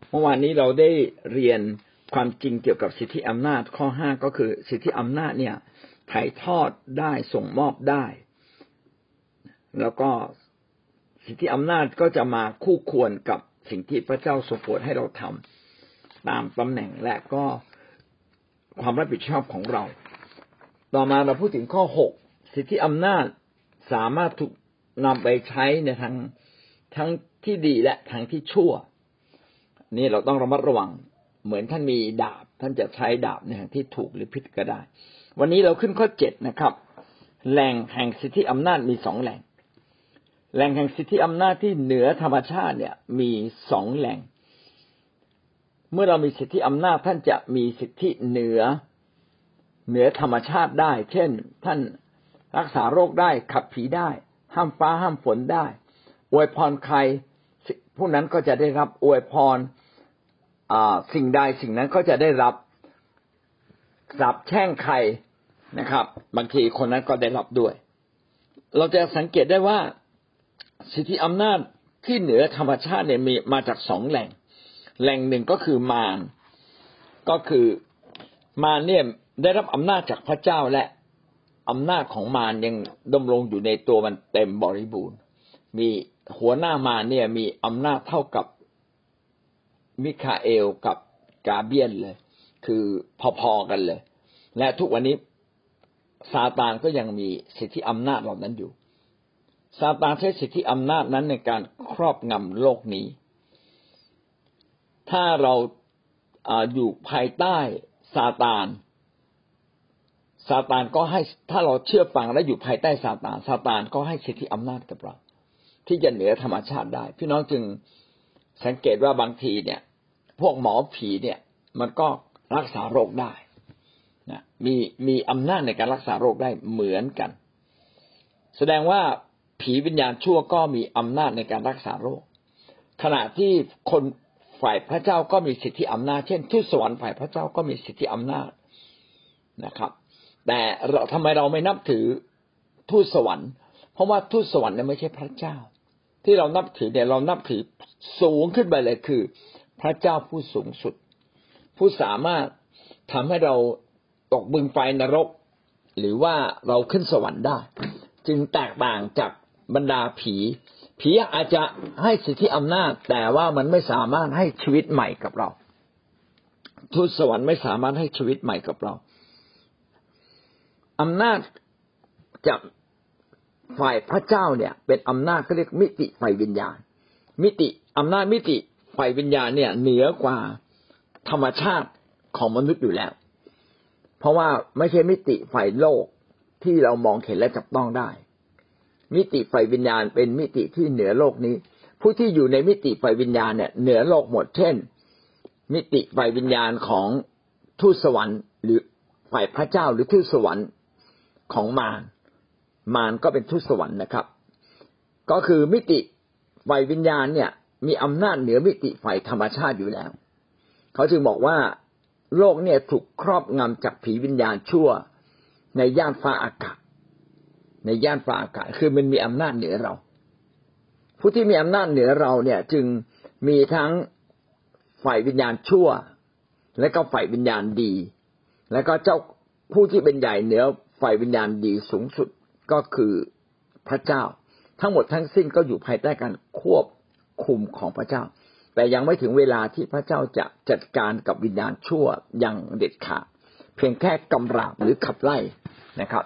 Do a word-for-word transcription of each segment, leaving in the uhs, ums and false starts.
เมื่อวานนี้เราได้เรียนความจริงเกี่ยวกับสิทธิอำนาจข้อห้าก็คือสิทธิอำนาจเนี่ยถ่ายทอดได้ส่งมอบได้แล้วก็สิทธิอำนาจก็จะมาคู่ควรกับสิ่งที่พระเจ้าทรงโปรดให้เราทำตามตำแหน่งและก็ความรับผิดชอบของเราต่อมาเราพูดถึงข้อหกสิทธิอำนาจสามารถถูกนำไปใช้ในทางทั้งที่ดีและทางที่ชั่วนี่เราต้องระมัดระวังเหมือนท่านมีดาบท่านจะใช้ดาบในทางที่ถูกหรือผิดก็ได้วันนี้เราขึ้นข้อเจ็ดนะครับแหล่งแห่งสิทธิอำนาจมีสองแหล่งแหล่งแห่งสิทธิอำนาจที่เหนือธรรมชาติเนี่ยมีสองแหล่งเมื่อเรามีสิทธิอำนาจท่านจะมีสิทธิเหนือเหนือธรรมชาติได้เช่นท่านรักษาโรคได้ขับผีได้ห้ามฟ้าห้ามฝนได้อวยพรใครผู้นั้นก็จะได้รับอวยพรอ่าสิ่งใดสิ่งนั้นก็จะได้รับสาปแช่งใครนะครับบางทีคนนั้นก็ได้รับด้วยเราจะสังเกตได้ว่าสิทธิอำนาจที่เหนือธรรมชาติเนี่ยมีมาจากสองแหล่งแหล่งหนึ่งก็คือมารก็คือมารเนี่ยได้รับอำนาจจากพระเจ้าและอำนาจของมารยังดำรงอยู่ในตัวมันเต็มบริบูรณ์มีหัวหน้ามารเนี่ยมีอำนาจเท่ากับมิคาเอลกับกาเบียนเลยคือพอๆกันเลยและทุกวันนี้ซาตานก็ยังมีสิทธิอำนาจเหล่านั้นอยู่ซาตานใช้สิทธิอำนาจนั้นในการครอบงำโลกนี้ถ้าเราอยู่ภายใต้ซาตานซาตานก็ให้ถ้าเราเชื่อฟังและอยู่ภายใต้ซาตานซาตานก็ให้สิทธิอำนาจกับเราที่จะเหนือธรรมชาติได้พี่น้องจึงสังเกตว่าบางทีเนี่ยพวกหมอผีเนี่ยมันก็รักษาโรคได้นะมีมีอำนาจในการรักษาโรคได้เหมือนกันแสดงว่าผีวิญญาณชั่วก็มีอำนาจในการรักษาโรคขณะที่คนฝ่ายพระเจ้าก็มีสิทธิอำนาจเช่นทูตสวรรค์ฝ่ายพระเจ้าก็มีสิทธิอำนาจนะครับแต่เราทำไมเราไม่นับถือทูตสวรรค์เพราะว่าทูตสวรรค์เนี่ยไม่ใช่พระเจ้าที่เรานับถือเนี่ยเรานับถือสูงขึ้นไปเลยคือพระเจ้าผู้สูงสุดผู้สามารถทำให้เราตกบึงไฟนรกหรือว่าเราขึ้นสวรรค์ได้จึงแตกต่างจากบรรดาผีผีอาจจะให้สิทธิอำนาจแต่ว่ามันไม่สามารถให้ชีวิตใหม่กับเราทูตสวรรค์ไม่สามารถให้ชีวิตใหม่กับเราอำนาจจากฝ่ายพระเจ้าเนี่ยเป็นอำนาจเขาเรียกมิติฝ่ายวิญญาณมิติอำนาจมิติฝ่ายวิญญาณเนี่ยเหนือกว่าธรรมชาติของมนุษย์อยู่แล้วเพราะว่าไม่ใช่มิติฝ่ายโลกที่เรามองเห็นและจับต้องได้มิติฝ่ายวิญญาณเป็นมิติที่เหนือโลกนี้ผู้ที่อยู่ในมิติฝ่ายวิญญาณเนี่ยเหนือโลกหมดเช่นมิติฝ่ายวิญญาณของทูตสวรรค์หรือฝ่ายพระเจ้าหรือทูตสวรรค์ของมารมารก็เป็นทูตสวรรค์นะครับก็คือมิติฝ่ายวิญญาณเนี่ยมีอำนาจเหนือมิติฝ่ายธรรมชาติอยู่แล้วเขาจึงบอกว่าโลกเนี่ยถูกครอบงำจากผีวิญญาณชั่วในย่านฟ้าอากาศในย่านฟ้าอากาศคือมันมีอำนาจเหนือเราผู้ที่มีอำนาจเหนือเราเนี่ยจึงมีทั้งฝ่ายวิญญาณชั่วและก็ฝ่ายวิญญาณดีและก็เจ้าผู้ที่เป็นใหญ่เหนือฝ่ายวิญญาณดีสูงสุดก็คือพระเจ้าทั้งหมดทั้งสิ้นก็อยู่ภายใต้การควบคุมของพระเจ้าแต่ยังไม่ถึงเวลาที่พระเจ้าจะจัดการกับวิญญาณชั่วอย่างเด็ดขาดเพียงแค่กำราบหรือขับไล่นะครับ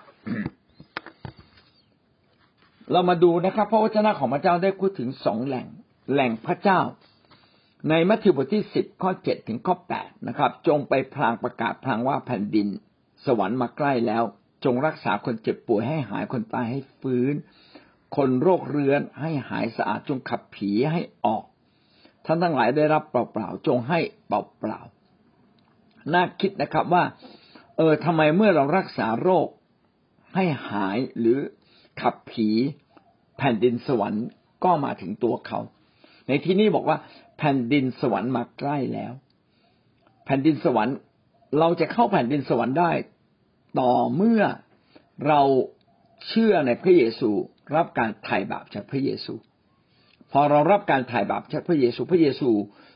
เรามาดูนะครับพระวจนะของพระเจ้าได้พูดถึงสองแหล่งแหล่งพระเจ้าในมัทธิวบทที่สิบข้อเจ็ดถึงข้อแปดนะครับจงไปพลางประกาศพลางว่าแผ่นดินสวรรค์มาใกล้แล้วจงรักษาคนเจ็บป่วยให้หายคนตายให้ฟื้นคนโรคเรื้อนให้หายสะอาดจงขับผีให้ออกท่านทั้งหลายได้รับเปล่าๆจงให้เปล่าๆน่าคิดนะครับว่าเออทำไมเมื่อเรารักษาโรคให้หายหรือขับผีแผ่นดินสวรรค์ก็มาถึงตัวเขาในที่นี้บอกว่าแผ่นดินสวรรค์มาใกล้แล้วแผ่นดินสวรรค์เราจะเข้าแผ่นดินสวรรค์ได้ต่อเมื่อเราเชื่อในพระเยซูรับการไถ่บาปจากพระเยซูพอเรารับการไถ่บาปจากพระเยซูพระเยซู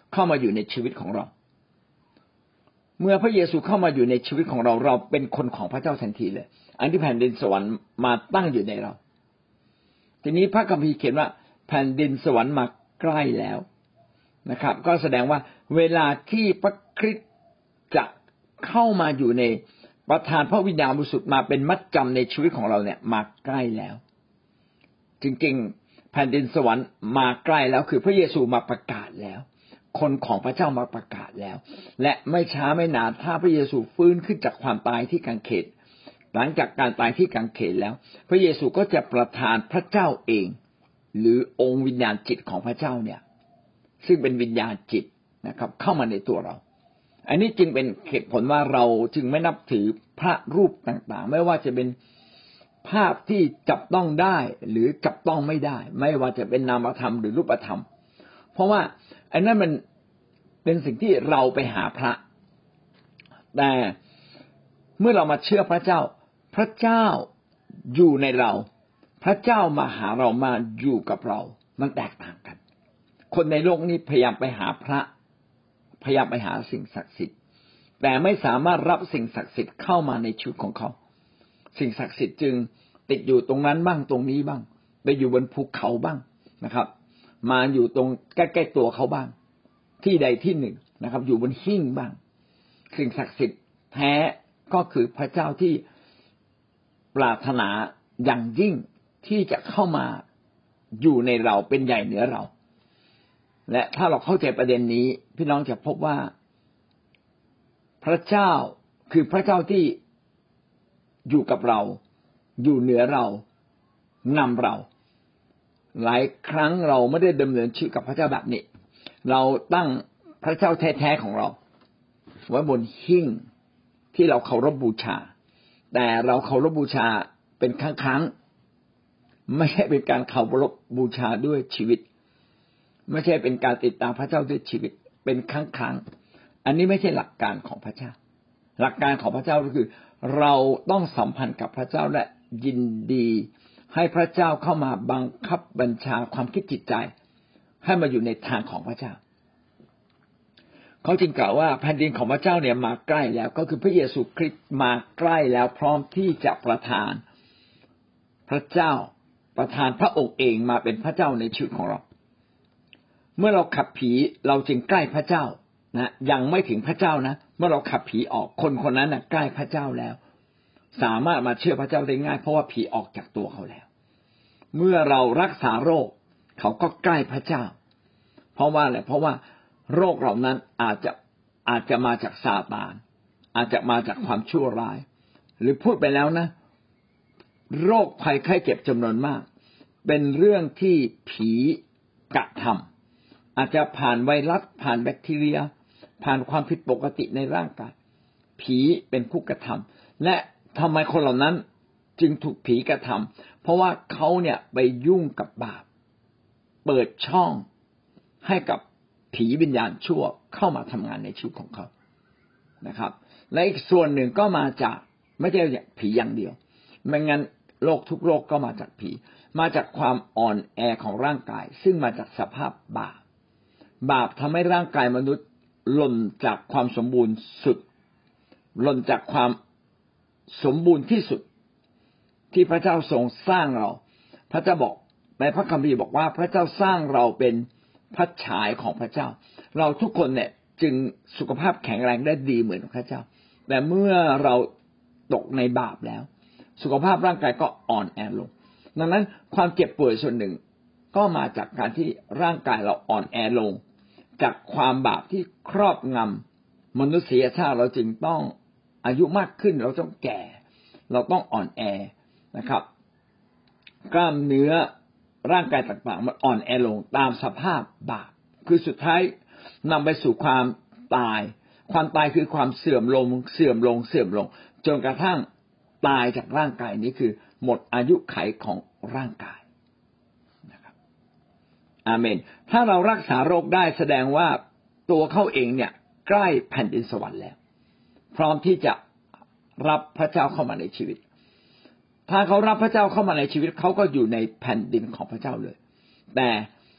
เข้ามาอยู่ในชีวิตของเราเมื่อพระเยซูเข้ามาอยู่ในชีวิตของเราเราเป็นคนของพระเจ้าทันทีเลยอันที่แผ่นดินสวรรค์มาตั้งอยู่ในเราทีนี้พระคัมภีร์เขียนว่าแผ่นดินสวรรค์มาใกล้แล้วนะครับก็แสดงว่าเวลาที่พระคริสต์จะเข้ามาอยู่ในประทานพระวิญญาณบริสุทธิ์มาเป็นมัดจำในชีวิตของเราเนี่ยมาใกล้แล้วจริงๆแผ่นดินสวรรค์มาใกล้แล้วคือพระเยซูมาประกาศแล้วคนของพระเจ้ามาประกาศแล้วและไม่ช้าไม่นานถ้าพระเยซูฟื้นขึ้นจากความตายที่กางเขนหลังจากการตายที่กางเขนแล้วพระเยซูก็จะประทานพระเจ้าเองหรือองค์วิญญาณจิตของพระเจ้าเนี่ยซึ่งเป็นวิญญาณจิตนะครับเข้ามาในตัวเราอันนี้จึงเป็นเหตุผลว่าเราจึงไม่นับถือพระรูปต่างๆไม่ว่าจะเป็นภาพที่จับต้องได้หรือจับต้องไม่ได้ไม่ว่าจะเป็นนามธรรมหรือรูปธรรมเพราะว่าอันนั้นมันเป็นสิ่งที่เราไปหาพระแต่เมื่อเรามาเชื่อพระเจ้าพระเจ้าอยู่ในเราพระเจ้ามาหาเรามาอยู่กับเรามันแตกต่างกันคนในโลกนี้พยายามไปหาพระพยายามไปหาสิ่งศักดิ์สิทธิ์แต่ไม่สามารถรับสิ่งศักดิ์สิทธิ์เข้ามาในชีวิตของเขาสิ่งศักดิ์สิทธิ์จึงติดอยู่ตรงนั้นบ้างตรงนี้บ้างไปอยู่บนภูเขาบ้างนะครับมาอยู่ตรงใกล้ๆตัวเขาบ้างที่ใดที่หนึ่งนะครับอยู่บนหิ้งบ้างสิ่งศักดิ์สิทธิ์แท้ก็คือพระเจ้าที่ปรารถนาอย่างยิ่งที่จะเข้ามาอยู่ในเราเป็นใหญ่เหนือเราและถ้าเราเข้าใจประเด็นนี้พี่น้องจะพบว่าพระเจ้าคือพระเจ้าที่อยู่กับเราอยู่เหนือเรานำเราหลายครั้งเราไม่ได้ดำเนินชีวิตกับพระเจ้าแบบนี้เราตั้งพระเจ้าแท้ๆของเราไว้บนหิ้งที่เราเคารพบูชาแต่เราเคารพบูชาเป็นครั้งๆไม่ใช่เป็นการเคารพบูชาด้วยชีวิตไม่ใช่เป็นการติดตามพระเจ้าด้วยชีวิตเป็นครั้งๆอันนี้ไม่ใช่หลักการของพระเจ้าหลักการของพระเจ้าก็คือเราต้องสัมพันธ์กับพระเจ้าและยินดีให้พระเจ้าเข้ามาบังคับบัญชาความคิดจิตใจให้มาอยู่ในทางของพระเจ้าเขาจึงกล่าวว่าแผ่นดินของพระเจ้าเนี่ยมาใกล้แล้วก็คือพระเยซูคริสต์มาใกล้แล้วพร้อมที่จะประทานพระเจ้าประทานพระองค์เองมาเป็นพระเจ้าในชีวิตของเราเมื่อเราขับผีเราจึงใกล้พระเจ้านะยังไม่ถึงพระเจ้านะเมื่อเราขับผีออกคนคนนั้นนะใกล้พระเจ้าแล้วสามารถมาเชื่อพระเจ้าได้ง่ายเพราะว่าผีออกจากตัวเขาแล้วเมื่อเรารักษาโรคเขาก็ใกล้พระเจ้าเพราะว่าอะไรเพราะว่าโรคเหล่านั้นอาจจะอาจจะมาจากซาตานอาจจะมาจากความชั่วร้ายหรือพูดไปแล้วนะโรคภัยไข้เจ็บจำนวนมากเป็นเรื่องที่ผีกระทำอาจจะผ่านไวรัสผ่านแบคทีเรียผ่านความผิดปกติในร่างกายผีเป็นผู้กระทำและทำไมคนเหล่านั้นจึงถูกผีกระทำเพราะว่าเขาเนี่ยไปยุ่งกับบาปเปิดช่องให้กับผีวิญญาณชั่วเข้ามาทำงานในชีวิตของเขานะครับและอีกส่วนหนึ่งก็มาจากไม่ใช่ผีอย่างเดียวไม่งั้นโรคทุกโรคก็มาจากผีมาจากความอ่อนแอของร่างกายซึ่งมาจากสภาพบาปบาปทำให้ร่างกายมนุษย์หล่นจากความสมบูรณ์สุดหล่นจากความสมบูรณ์ที่สุดที่พระเจ้าทรงสร้างเราพระเจ้าบอกในพระคัมภีร์บอกว่าพระเจ้าสร้างเราเป็นพระฉายของพระเจ้าเราทุกคนเนี่ยจึงสุขภาพแข็งแรงได้ดีเหมือนพระเจ้าแต่เมื่อเราตกในบาปแล้วสุขภาพร่างกายก็อ่อนแอลงดังนั้นความเจ็บป่วยส่วนหนึ่งก็มาจากการที่ร่างกายเราอ่อนแอลงจากความบาปที่ครอบงำมนุษยชาติเราจึงต้องอายุมากขึ้นเราต้องแก่เราต้องอ่อนแอนะครับกล้ามเนื้อร่างกายต่างๆมันอ่อนแอลงตามสภาพบาปคือสุดท้ายนำไปสู่ความตายความตายคือความเสื่อมลงเสื่อมลงเสื่อมลงจนกระทั่งตายจากร่างกายนี้คือหมดอายุไขของร่างกายนะครับอาเมนถ้าเรารักษาโรคได้แสดงว่าตัวเขาเองเนี่ยใกล้แผ่นดินสวรรค์แล้วพร้อมที่จะรับพระเจ้าเข้ามาในชีวิตถ้าเขารับพระเจ้าเข้ามาในชีวิตเขาก็อยู่ในแผ่นดินของพระเจ้าเลยแต่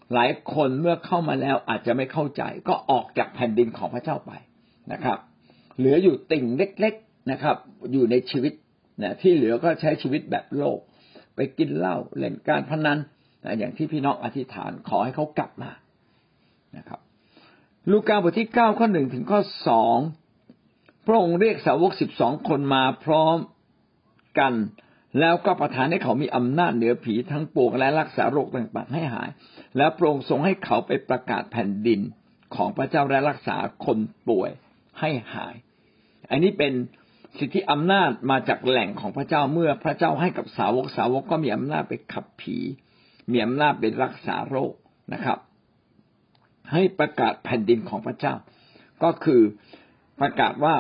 หลายคนเมื่อเข้ามาแล้วอาจจะไม่เข้าใจก็ออกจากแผ่นดินของพระเจ้าไปนะครับเหลืออยู่ติ่งเล็กๆนะครับอยู่ในชีวิตนะที่เหลือก็ใช้ชีวิตแบบโลกไปกินเหล้าเล่นการพนันนะอย่างที่พี่น้องอธิษฐานขอให้เขากลับมานะครับลูกาบทที่เก้าข้อหนึ่งถึงข้อสองพระองค์เรียกสาวกสิบสองคนมาพร้อมกันแล้วก็ประทานให้เขามีอำนาจเหนือผีทั้งปวงและรักษาโรคต่างๆให้หายแล้วพระองค์ทรงให้เขาไปประกาศแผ่นดินของพระเจ้าและรักษาคนป่วยให้หายอันนี้เป็นสิทธิอำนาจมาจากแหล่งของพระเจ้าเมื่อพระเจ้าให้กับสาวกสาวกก็มีอำนาจไปขับผีมีอำนาจเป็นรักษาโรคนะครับให้ประกาศแผ่นดินของพระเจ้าก็คือประกาศว่า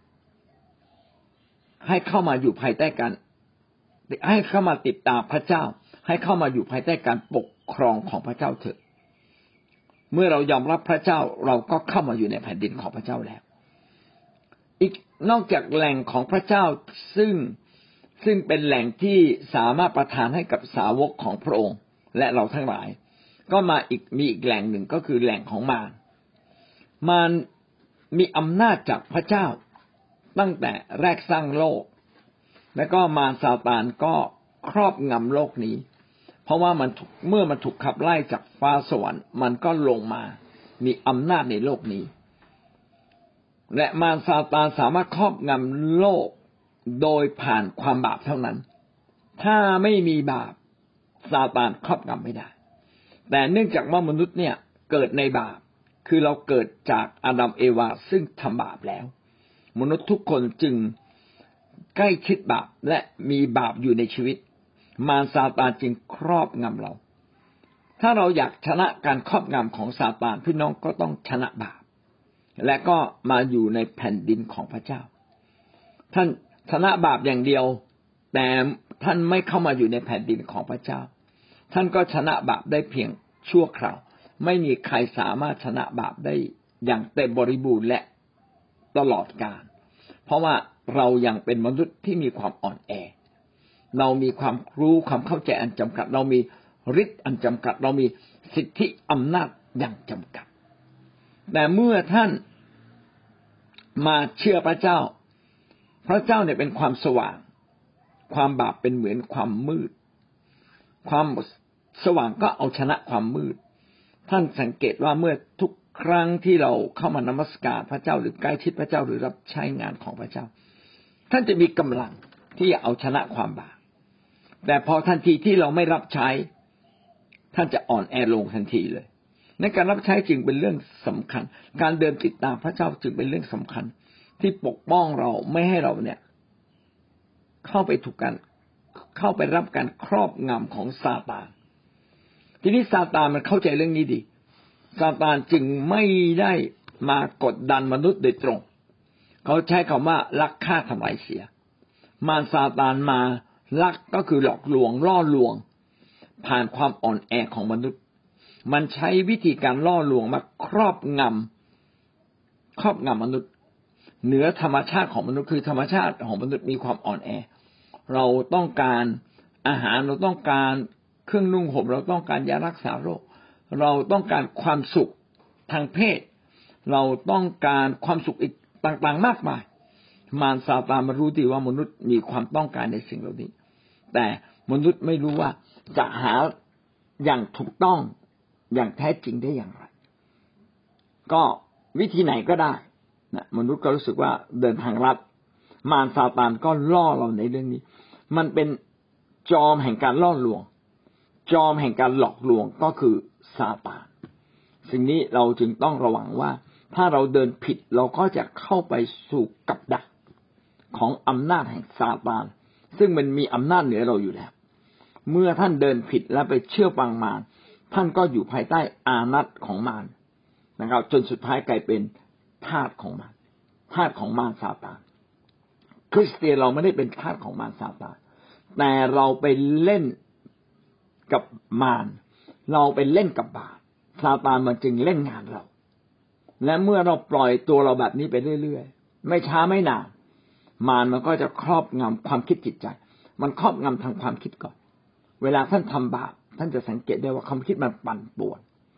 ให้เข้ามาอยู่ภายใต้การให้เข้ามาติดตามพระเจ้าให้เข้ามาอยู่ภายใต้การปกครองของพระเจ้าเถิดเมื่อเรายอมรับพระเจ้าเราก็เข้ามาอยู่ในแผ่นดินของพระเจ้าแล้วอีกนอกจากแหล่งของพระเจ้าซึ่งซึ่งเป็นแหล่งที่สามารถประทานให้กับสาวกของพระองค์และเราทั้งหลายก็มาอีกมีอีกแหล่งหนึ่งก็คือแหล่งของมารมารมีอำนาจจากพระเจ้าตั้งแต่แรกสร้างโลกแล้วก็มารซาตานก็ครอบงำโลกนี้เพราะว่ามันเมื่อมันถูกขับไล่จากฟ้าสวรรค์มันก็ลงมามีอำนาจในโลกนี้และมารซาตานสามารถครอบงำโลกโดยผ่านความบาปเท่านั้นถ้าไม่มีบาปซาตานครอบงำไม่ได้แต่เนื่องจากว่ามนุษย์เนี่ยเกิดในบาปคือเราเกิดจากอาดัมเอวาซึ่งทำบาปแล้วมนุษย์ทุกคนจึงใกล้ชิดบาปและมีบาปอยู่ในชีวิตมารซาตานจึงครอบงำเราถ้าเราอยากชนะการครอบงำของซาตานพี่น้องก็ต้องชนะบาปและก็มาอยู่ในแผ่นดินของพระเจ้าท่านชนะบาปอย่างเดียวแต่ท่านไม่เข้ามาอยู่ในแผ่นดินของพระเจ้าท่านก็ชนะบาปได้เพียงชั่วคราวไม่มีใครสามารถชนะบาปได้อย่างเต็มบริบูรณ์และตลอดกาลเพราะว่าเรายังเป็นมนุษย์ที่มีความอ่อนแอเรามีความรู้ความเข้าใจอันจำกัดเรามีฤทธิ์อันจำกัดเรามีสิทธิอำนาจอย่างจำกัดแต่เมื่อท่านมาเชื่อพระเจ้าพระเจ้าเนี่ยเป็นความสว่างความบาปเป็นเหมือนความมืดความสว่างก็เอาชนะความมืดท่านสังเกตว่าเมื่อทุกครั้งที่เราเข้ามานมัสการพระเจ้าหรือใกล้ชิดพระเจ้าหรือรับใช้งานของพระเจ้าท่านจะมีกำลังที่จะเอาชนะความบาปแต่พอทันทีที่เราไม่รับใช้ท่านจะอ่อนแอลงทันทีเลยในการรับใช้จึงเป็นเรื่องสำคัญการเดินติดตามพระเจ้าจึงเป็นเรื่องสำคัญที่ปกป้องเราไม่ให้เราเนี่ยเข้าไปถูกกันเข้าไปรับการครอบงำของซาตานทีนี้ซาตานมันเข้าใจเรื่องนี้ดีซาตานจึงไม่ได้มากดดันมนุษย์โดยตรงเขาใช้คำว่าลักฆ่าทำลายเสียมารซาตานมาลักก็คือหลอกลวงล่อลวงผ่านความอ่อนแอของมนุษย์มันใช้วิธีการล่อลวงมาครอบงำครอบงำมนุษย์เหนือธรรมชาติของมนุษย์คือธรรมชาติของมนุษย์มีความอ่อนแอเราต้องการอาหารเราต้องการเครื่องนุ่งห่มเราต้องการยารักษาโรคเราต้องการความสุขทางเพศเราต้องการความสุขอีกต่างๆมากมายมารซาตานมารู้ดีว่ามนุษย์มีความต้องการในสิ่งเหล่านี้แต่มนุษย์ไม่รู้ว่าจะหาอย่างถูกต้องอย่างแท้จริงได้อย่างไรก็วิธีไหนก็ได้นะมนุษย์ก็รู้สึกว่าเดินทางลัดมารซาตานก็ล่อเราในเรื่องนี้มันเป็นจอมแห่งการล่อลวงจอมแห่งการหลอกลวงก็คือซาตานสิ่งนี้เราจึงต้องระวังว่าถ้าเราเดินผิดเราก็จะเข้าไปสู่กับดักของอำนาจแห่งซาตานซึ่งมันมีอำนาจเหนือเราอยู่แล้วเมื่อท่านเดินผิดและไปเชื่อฟังมารท่านก็อยู่ภายใต้อานัตของมารนะครับจนสุดท้ายกลายเป็นทาสของมารทาสของมารซาตานคริสเตียนเราไม่ได้เป็นทาสของมารซาตานแต่เราไปเล่นกับมารเราไปเล่นกับบาปซาตานมันจึงเล่นงานเราและเมื่อเราปล่อยตัวเราแบบนี้ไปเรื่อยๆไม่ช้าไม่นานมารมันก็จะครอบงำความคิดจิตใจมันครอบงำทางความคิดก่อนเวลาท่านทำบาปท่านจะสังเกตได้ว่าความคิดมันปั่นป่วน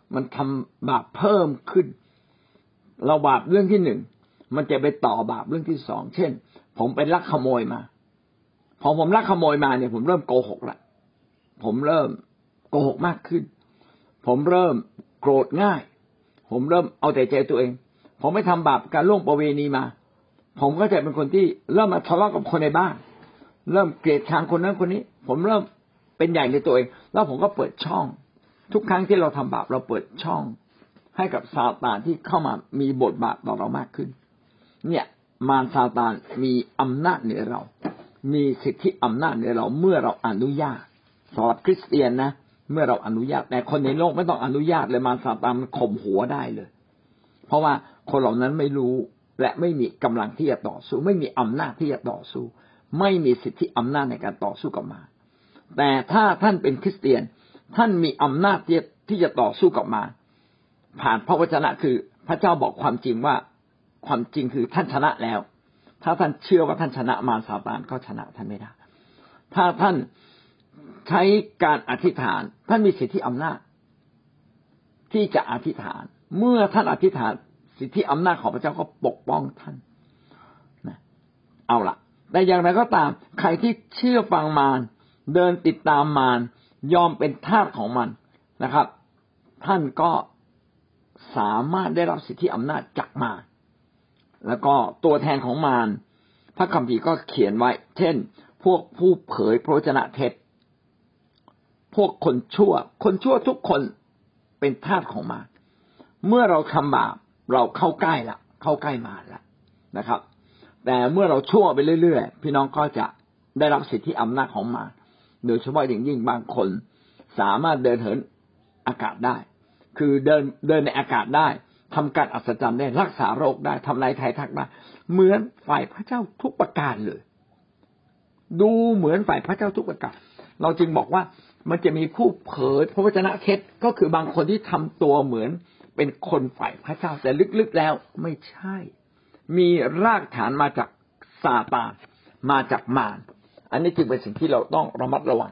มันทำบาปเพิ่มขึ้นเราบาปเรื่องที่หนึ่งมันจะไปต่อบาปเรื่องที่สองเช่นผมไปลักขโมยมาพอผมลักขโมยมาเนี่ยผมเริ่มโกหกละผมเริ่มโกหกมากขึ้นผมเริ่มโกรธง่ายผมเริ่มเอาแต่ใจตัวเองผมไม่ทำบาปการล่วงประเวณีมาผมก็จะเป็นคนที่เริ่มมาทะเลาะกับคนในบ้านเริ่มเกลียดชังคนนั้นคนนี้ผมเริ่มเป็นใหญ่ในตัวเองแล้วผมก็เปิดช่องทุกครั้งที่เราทำบาปเราเปิดช่องให้กับซาตานที่เข้ามามีบทบาทต่อเรามากขึ้นเนี่ยมารซาตานมีอำนาจเหนือเรามีสิทธิอำนาจเหนือเราเมื่อเราอนุญาตสำหรับคริสเตียนนะเมื่อเราอนุญาตแต่คนในโลกไม่ต้องอนุญาตเลยมารซาตานมันข่มหัวได้เลยเพราะว่าคนเหล่านั้นไม่รู้และไม่มีกำลังที่จะต่อสู้ไม่มีอำนาจที่จะต่อสู้ไม่มีสิทธิอำนาจในการต่อสู้กับมารแต่ถ้าท่านเป็นคริสเตียนท่านมีอำนาจที่ที่จะต่อสู้กับมารผ่านพระวจนะคือพระเจ้าบอกความจริงว่าความจริงคือท่านชนะแล้วถ้าท่านเชื่อว่าท่านชนะมารซาตานก็ชนะท่านไม่ได้ถ้าท่านใช้การอธิษฐานท่านมีสิทธิอำนาจที่จะอธิษฐานเมื่อท่านอธิษฐานสิทธิอำนาจของพระเจ้าก็ปกป้องท่านนะเอาล่ะแต่อย่างไรก็ตามใครที่เชื่อฟังมารเดินติดตามมารยอมเป็นทาสของมันนะครับท่านก็สามารถได้รับสิทธิอำนาจจากมารแล้วก็ตัวแทนของมารพระคัมภีร์ก็เขียนไว้เช่นพวกผู้เผยพระวจนะเท็จพวกคนชั่วคนชั่วทุกคนเป็นทาสของมารเมื่อเราทำบาปเราเข้าใกล้ละเข้าใกล้มารละนะครับแต่เมื่อเราชั่วไปเรื่อยๆพี่น้องก็จะได้รับสิทธิอำนาจของมารโดยเฉพาะอย่างยิ่งบางคนสามารถเดินเหินอากาศได้คือเดินเดินในอากาศได้ทำการอัศจรรย์ได้รักษาโรคได้ทำนายไทายทักได้เหมือนฝ่ายพระเจ้าทุกประการเลยดูเหมือนฝ่ายพระเจ้าทุกประการเราจึงบอกว่ามันจะมีผู้เผยพระวจนะเท็จก็คือบางคนที่ทำตัวเหมือนเป็นคนฝ่ายพระเจ้าแต่ลึกๆแล้วไม่ใช่มีรากฐานมาจากซาตานมาจากมารอันนี้จึงเป็นสิ่งที่เราต้องระมัดระวัง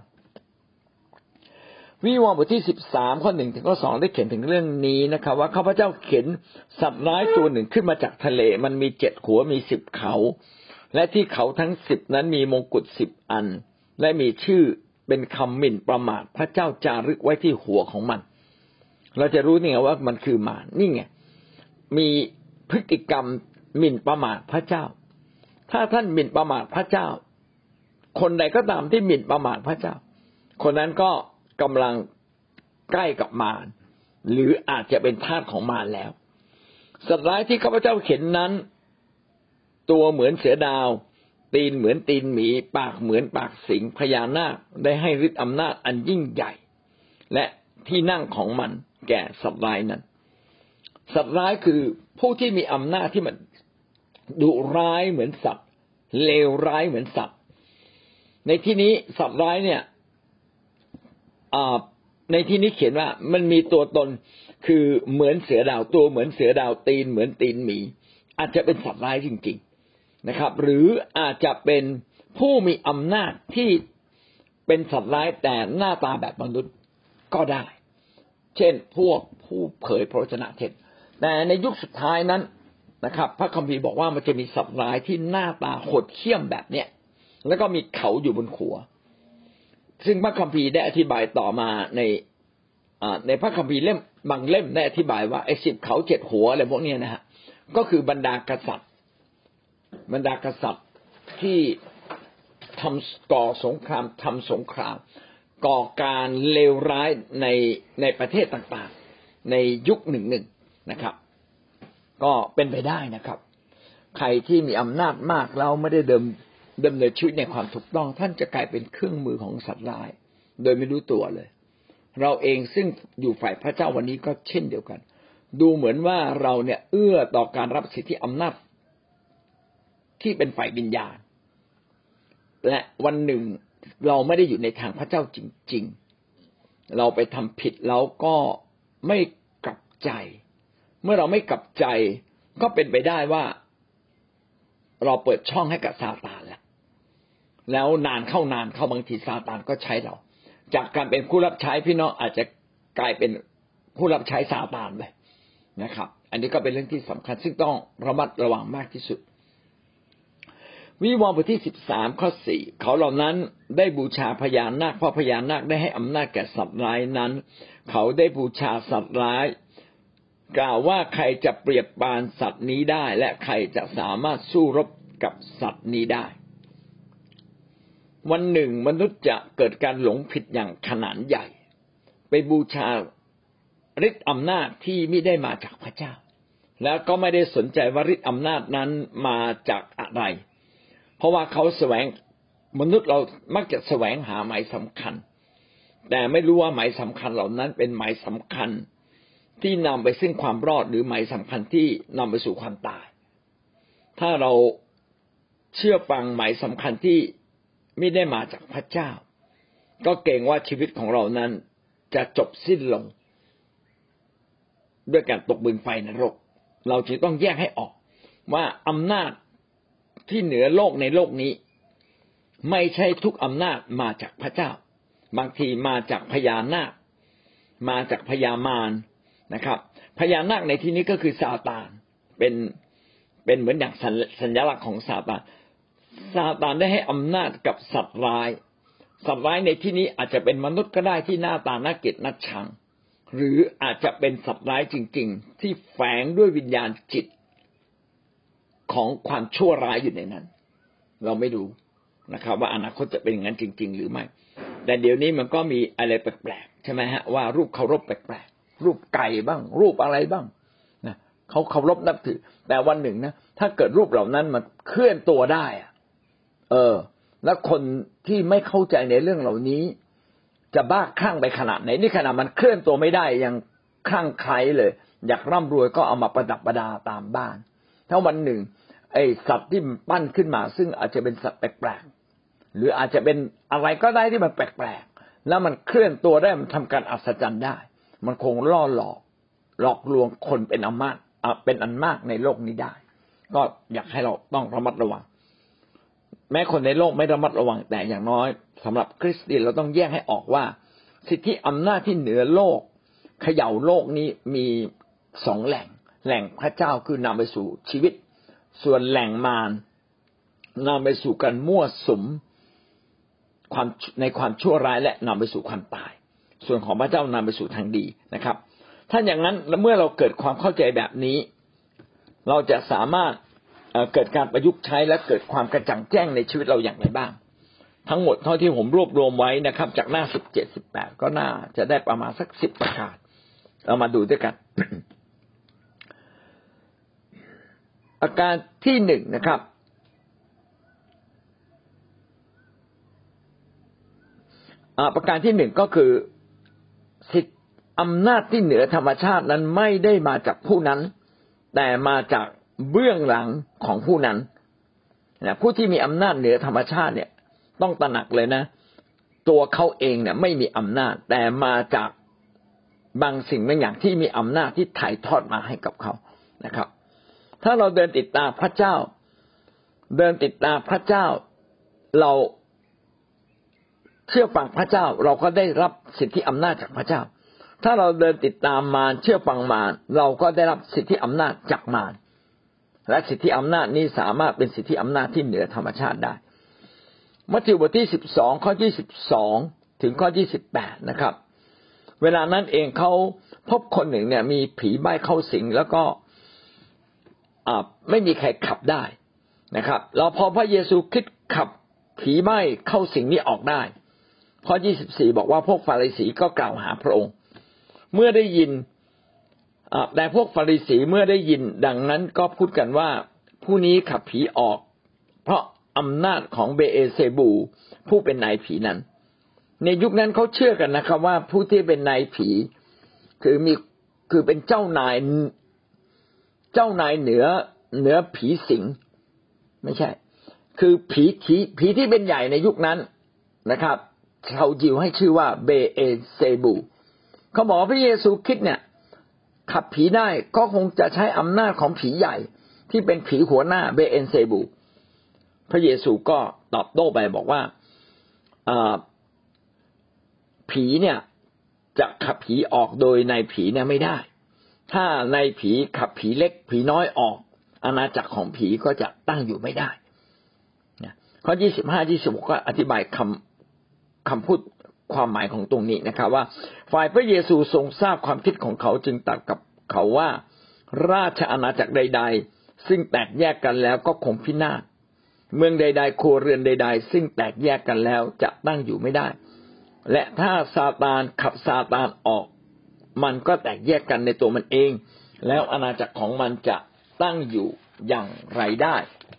วิวรณ์บทที่สิบสามข้อหนึ่งถึงข้อสองได้เขียนถึงเรื่องนี้นะครับว่าข้าพเจ้าเข็นสัตว์ร้ายตัวหนึ่งขึ้นมาจากทะเลมันมีเจ็ดหัวมีสิบเขาและที่เขาทั้งสิบนั้นมีมงกุฎสิบอันและมีชื่อเป็นคำหมิ่นประมาทพระเจ้าจารึกไว้ที่หัวของมันเราจะรู้นี่ไงว่ามันคือมารนี่ไงมีพฤติกรรมหมิ่นประมาทพระเจ้าถ้าท่านหมิ่นประมาทพระเจ้าคนใดก็ตามที่หมิ่นประมาทพระเจ้าคนนั้นก็กำลังใกล้กับมารหรืออาจจะเป็นทาสของมารแล้วสัตว์ร้ายที่ข้าพเจ้าเห็นนั้นตัวเหมือนเสือดาวตีนเหมือนตีนหมีปากเหมือนปากสิงพญานาคได้ให้ฤทธิ์อำนาจอันยิ่งใหญ่และที่นั่งของมันแก่สัตว์ร้ายนั้นสัตว์ร้ายคือผู้ที่มีอำนาจที่มันดุร้ายเหมือนสัตว์เลวร้ายเหมือนสัตว์ในที่นี้สัตว์ร้ายเนี่ยในที่นี้เขียนว่ามันมีตัวตนคือเหมือนเสือดาวตัวเหมือนเสือดาวตีนเหมือนตีนหมีอาจจะเป็นสัตว์ร้ายจริงๆนะครับหรืออาจจะเป็นผู้มีอำนาจที่เป็นสัตว์ร้ายแต่หน้าตาแบบมนุษย์ก็ได้เช่นพวกผู้เผยพระวจนะเท็จแต่ในยุคสุดท้ายนั้นนะครับพระคัมภีร์บอกว่ามันจะมีสัตว์ร้ายที่หน้าตาโหดเหี้ยมแบบเนี้ยแล้วก็มีเขาอยู่บนหัวซึ่งพระคัมภีร์ได้อธิบายต่อมาในในพระคัมภีร์เล่มบางเล่มได้อธิบายว่าไอ้สิบเขาเจ็ดหัวอะไรพวกนี้นะฮะก็คือบรรดากษัตริย์บรรดากษัตริย์ที่ทำก่อสงครามทำสงครามก่อการเลวร้ายในในประเทศต่างๆในยุคหนึ่งหนึ่งนะครับก็เป็นไปได้นะครับใครที่มีอำนาจมากแล้วไม่ได้เดิมดำเนินชีวิตในความถูกต้องท่านจะกลายเป็นเครื่องมือของสัตว์ร้ายโดยไม่รู้ตัวเลยเราเองซึ่งอยู่ฝ่ายพระเจ้าวันนี้ก็เช่นเดียวกันดูเหมือนว่าเราเนี่ยเอื้อต่อการรับสิทธิอำนาจที่เป็นฝ่ายวิญญาณและวันหนึ่งเราไม่ได้อยู่ในทางพระเจ้าจริงๆเราไปทำผิดแล้วก็ไม่กลับใจเมื่อเราไม่กลับใจก็เป็นไปได้ว่าเราเปิดช่องให้กับซาตานแล้วแล้วนานเข้านานเข้าบางทีซาตานก็ใช้เราจากการเป็นผู้รับใช้พี่น้องอาจจะกลายเป็นผู้รับใช้ซาตานเลยนะครับอันนี้ก็เป็นเรื่องที่สำคัญซึ่งต้องระมัดระวังมากที่สุดวิวรณ์บทที่สิบสามข้อสี่เขาเหล่านั้นได้บูชาพญานาคเพราะพญานาคได้ให้อำนาจแก่สัตว์ร้ายนั้นเขาได้บูชาสัตว์ร้ายกล่าวว่าใครจะเปรียบปานสัตว์นี้ได้และใครจะสามารถสู้รบกับสัตว์นี้ได้วันหนึ่งมนุษย์จะเกิดการหลงผิดอย่างขนาดใหญ่ไปบูชาฤทธิ์อำนาจที่ไม่ได้มาจากพระเจ้าแล้วก็ไม่ได้สนใจว่าฤทธิ์อำนาจนั้นมาจากอะไรเพราะว่าเขาแสวงมนุษย์เรามักจะแสวงหาหมายสำคัญแต่ไม่รู้ว่าหมายสำคัญเหล่านั้นเป็นหมายสำคัญที่นำไปซึ่งความรอดหรือหมายสำคัญที่นำไปสู่ความตายถ้าเราเชื่อฟังหมายสำคัญที่ไม่ได้มาจากพระเจ้าก็เกรงว่าชีวิตของเรานั้นจะจบสิ้นลงด้วยการตกบึงไฟนรกเราจึงต้องแยกให้ออกว่าอำนาจที่เหนือโลกในโลกนี้ไม่ใช่ทุกอำนาจมาจากพระเจ้าบางทีมาจากพญานาคมาจากพญามารนะครับพญานาคในที่นี้ก็คือซาตานเป็นเป็นเหมือนอย่างสัญลักษณ์ของซาตานซาตานได้ให้อำนาจกับสัตว์ร้ายสัตว์ร้ายในที่นี้อาจจะเป็นมนุษย์ก็ได้ที่หน้าตาน่าเกลียดน่าชังหรืออาจจะเป็นสัตว์ร้ายจริงๆที่แฝงด้วยวิญญาณจิตของความชั่วร้ายอยู่ในนั้นเราไม่รู้นะครับว่าอนาคตจะเป็นอย่างนั้นจริงๆหรือไม่แต่เดี๋ยวนี้มันก็มีอะไรแปลกๆใช่ไหมฮะว่ารูปเคารพแปลกๆรูปไก่บ้างรูปอะไรบ้างนะเขาเคารพนับถือแต่วันหนึ่งนะถ้าเกิดรูปเหล่านั้นมันเคลื่อนตัวได้อะเออแล้วคนที่ไม่เข้าใจในเรื่องเหล่านี้จะบ้าคลั่งไปขนาดไหนนี่ขนาดมันเคลื่อนตัวไม่ได้ยังคลั่งไคล้เลยอยากร่ำรวยก็เอามาประดับประดาตามบ้านถ้าวันหนึ่งไอ้สัตว์ที่ปั้นขึ้นมาซึ่งอาจจะเป็นสัตว์แปลกๆหรืออาจจะเป็นอะไรก็ได้ที่มันแปลกๆแล้วมันเคลื่อนตัวได้มันทำการอัศจรรย์ได้มันคงล่อหลอกหลอกลวงคนเป็นอันมากเป็นอันมากในโลกนี้ได้ก็อยากให้เราต้องระมัดระวังแม้คนในโลกไม่ระมัดระวังแต่อย่างน้อยสำหรับคริสเตียนเราต้องแยกให้ออกว่าสิทธิอำนาจที่เหนือโลกเขย่าโลกนี้มีสองแหล่งแหล่งพระเจ้าคือนำไปสู่ชีวิตส่วนแหล่งมารนำไปสู่การมั่วสุมความในความชั่วร้ายและนำไปสู่ความตายส่วนของพระเจ้านำไปสู่ทางดีนะครับถ้าอย่างนั้นเมื่อเราเกิดความเข้าใจแบบนี้เราจะสามารถเกิดการประยุกต์ใช้และเกิดความกระจ่างแจ้งในชีวิตเราอย่างไรบ้างทั้งหมดเท่าที่ผมรวบรวมไว้นะครับจากหน้าสิบเจ็ด สิบแปดก็น่าจะได้ประมาณสักสิบประการเรามาดูด้วยกัน อาการที่หนึ่งนะครับประการที่หนึ่งก็คือสิทธิอำนาจที่เหนือธรรมชาตินั้นไม่ได้มาจากผู้นั้นแต่มาจากเบื้องหลังของผู้นั้นนะผู้ที่มีอำนาจเหนือธรรมชาติเนี่ยต้องตระหนักเลยนะตัวเขาเองเนี่ยไม่มีอำนาจแต่มาจากบางสิ่งบางอย่างที่มีอำนาจที่ถ่ายทอดมาให้กับเขานะครับถ้าเราเดินติดตามพระเจ้าเดินติดตามพระเจ้าเราเชื่อฟังพระเจ้าเราก็ได้รับสิทธิอำนาจจากพระเจ้าถ้าเราเดินติดตามมารเชื่อฟังมารเราก็ได้รับสิทธิอำนาจจากมารและสิทธิอำนาจนี้สามารถเป็นสิทธิอำนาจที่เหนือธรรมชาติได้มัทธิวบทที่สิบสองข้อที่สิบสองถึงข้อที่สิบแปดนะครับเวลานั้นเองเขาพบคนหนึ่งเนี่ยมีผีใบ้เข้าสิงแล้วก็อ่าไม่มีใครขับได้นะครับแล้วพอพระเยซูคริสต์ขับผีใบ้เข้าสิงนี้ออกได้ข้อยี่สิบสี่บอกว่าพวกฟาริสีก็กล่าวหาพระองค์เมื่อได้ยินแต่พวกฟาริสีเมื่อได้ยินดังนั้นก็พูดกันว่าผู้นี้ขับผีออกเพราะอำนาจของเบเอเซบูผู้เป็นนายผีนั้นในยุคนั้นเขาเชื่อกันนะครับว่าผู้ที่เป็นนายผีคือมีคือเป็นเจ้านายเจ้านายเหนือเหนือผีสิงไม่ใช่คือผีผีผีที่เป็นใหญ่ในยุคนั้นนะครับชาวยิวให้ชื่อว่าเบเอเซบูเขาบอกพระเยซูคริสต์เนี่ยขับผีได้ก็คงจะใช้อำนาจของผีใหญ่ที่เป็นผีหัวหน้าเบเอเซบูพระเยซูก็ตอบโต้ไปบอกว่าผีเนี่ยจะขับผีออกโดยนายผีเนี่ยไม่ได้ถ้านายผีขับผีเล็กผีน้อยออกอาณาจักรของผีก็จะตั้งอยู่ไม่ได้ข้อยี่สิบห้า ยี่สิบหกก็อธิบายคำคำพูดความหมายของตรงนี้นะครับว่าฝ่ายพระเยซูทรงทราบความคิดของเขาจึงตรัสกับเขาว่าราชอาณาจักรใดๆซึ่งแตกแยกกันแล้วก็คงพินาศเมืองใดๆครัวเรือนใดๆซึ่งแตกแยกกันแล้วจะตั้งอยู่ไม่ได้และถ้าซาตานขับซาตานออกมันก็แตกแยกกันในตัวมันเองแล้วอาณาจักรของมันจะตั้งอยู่อย่างไรได้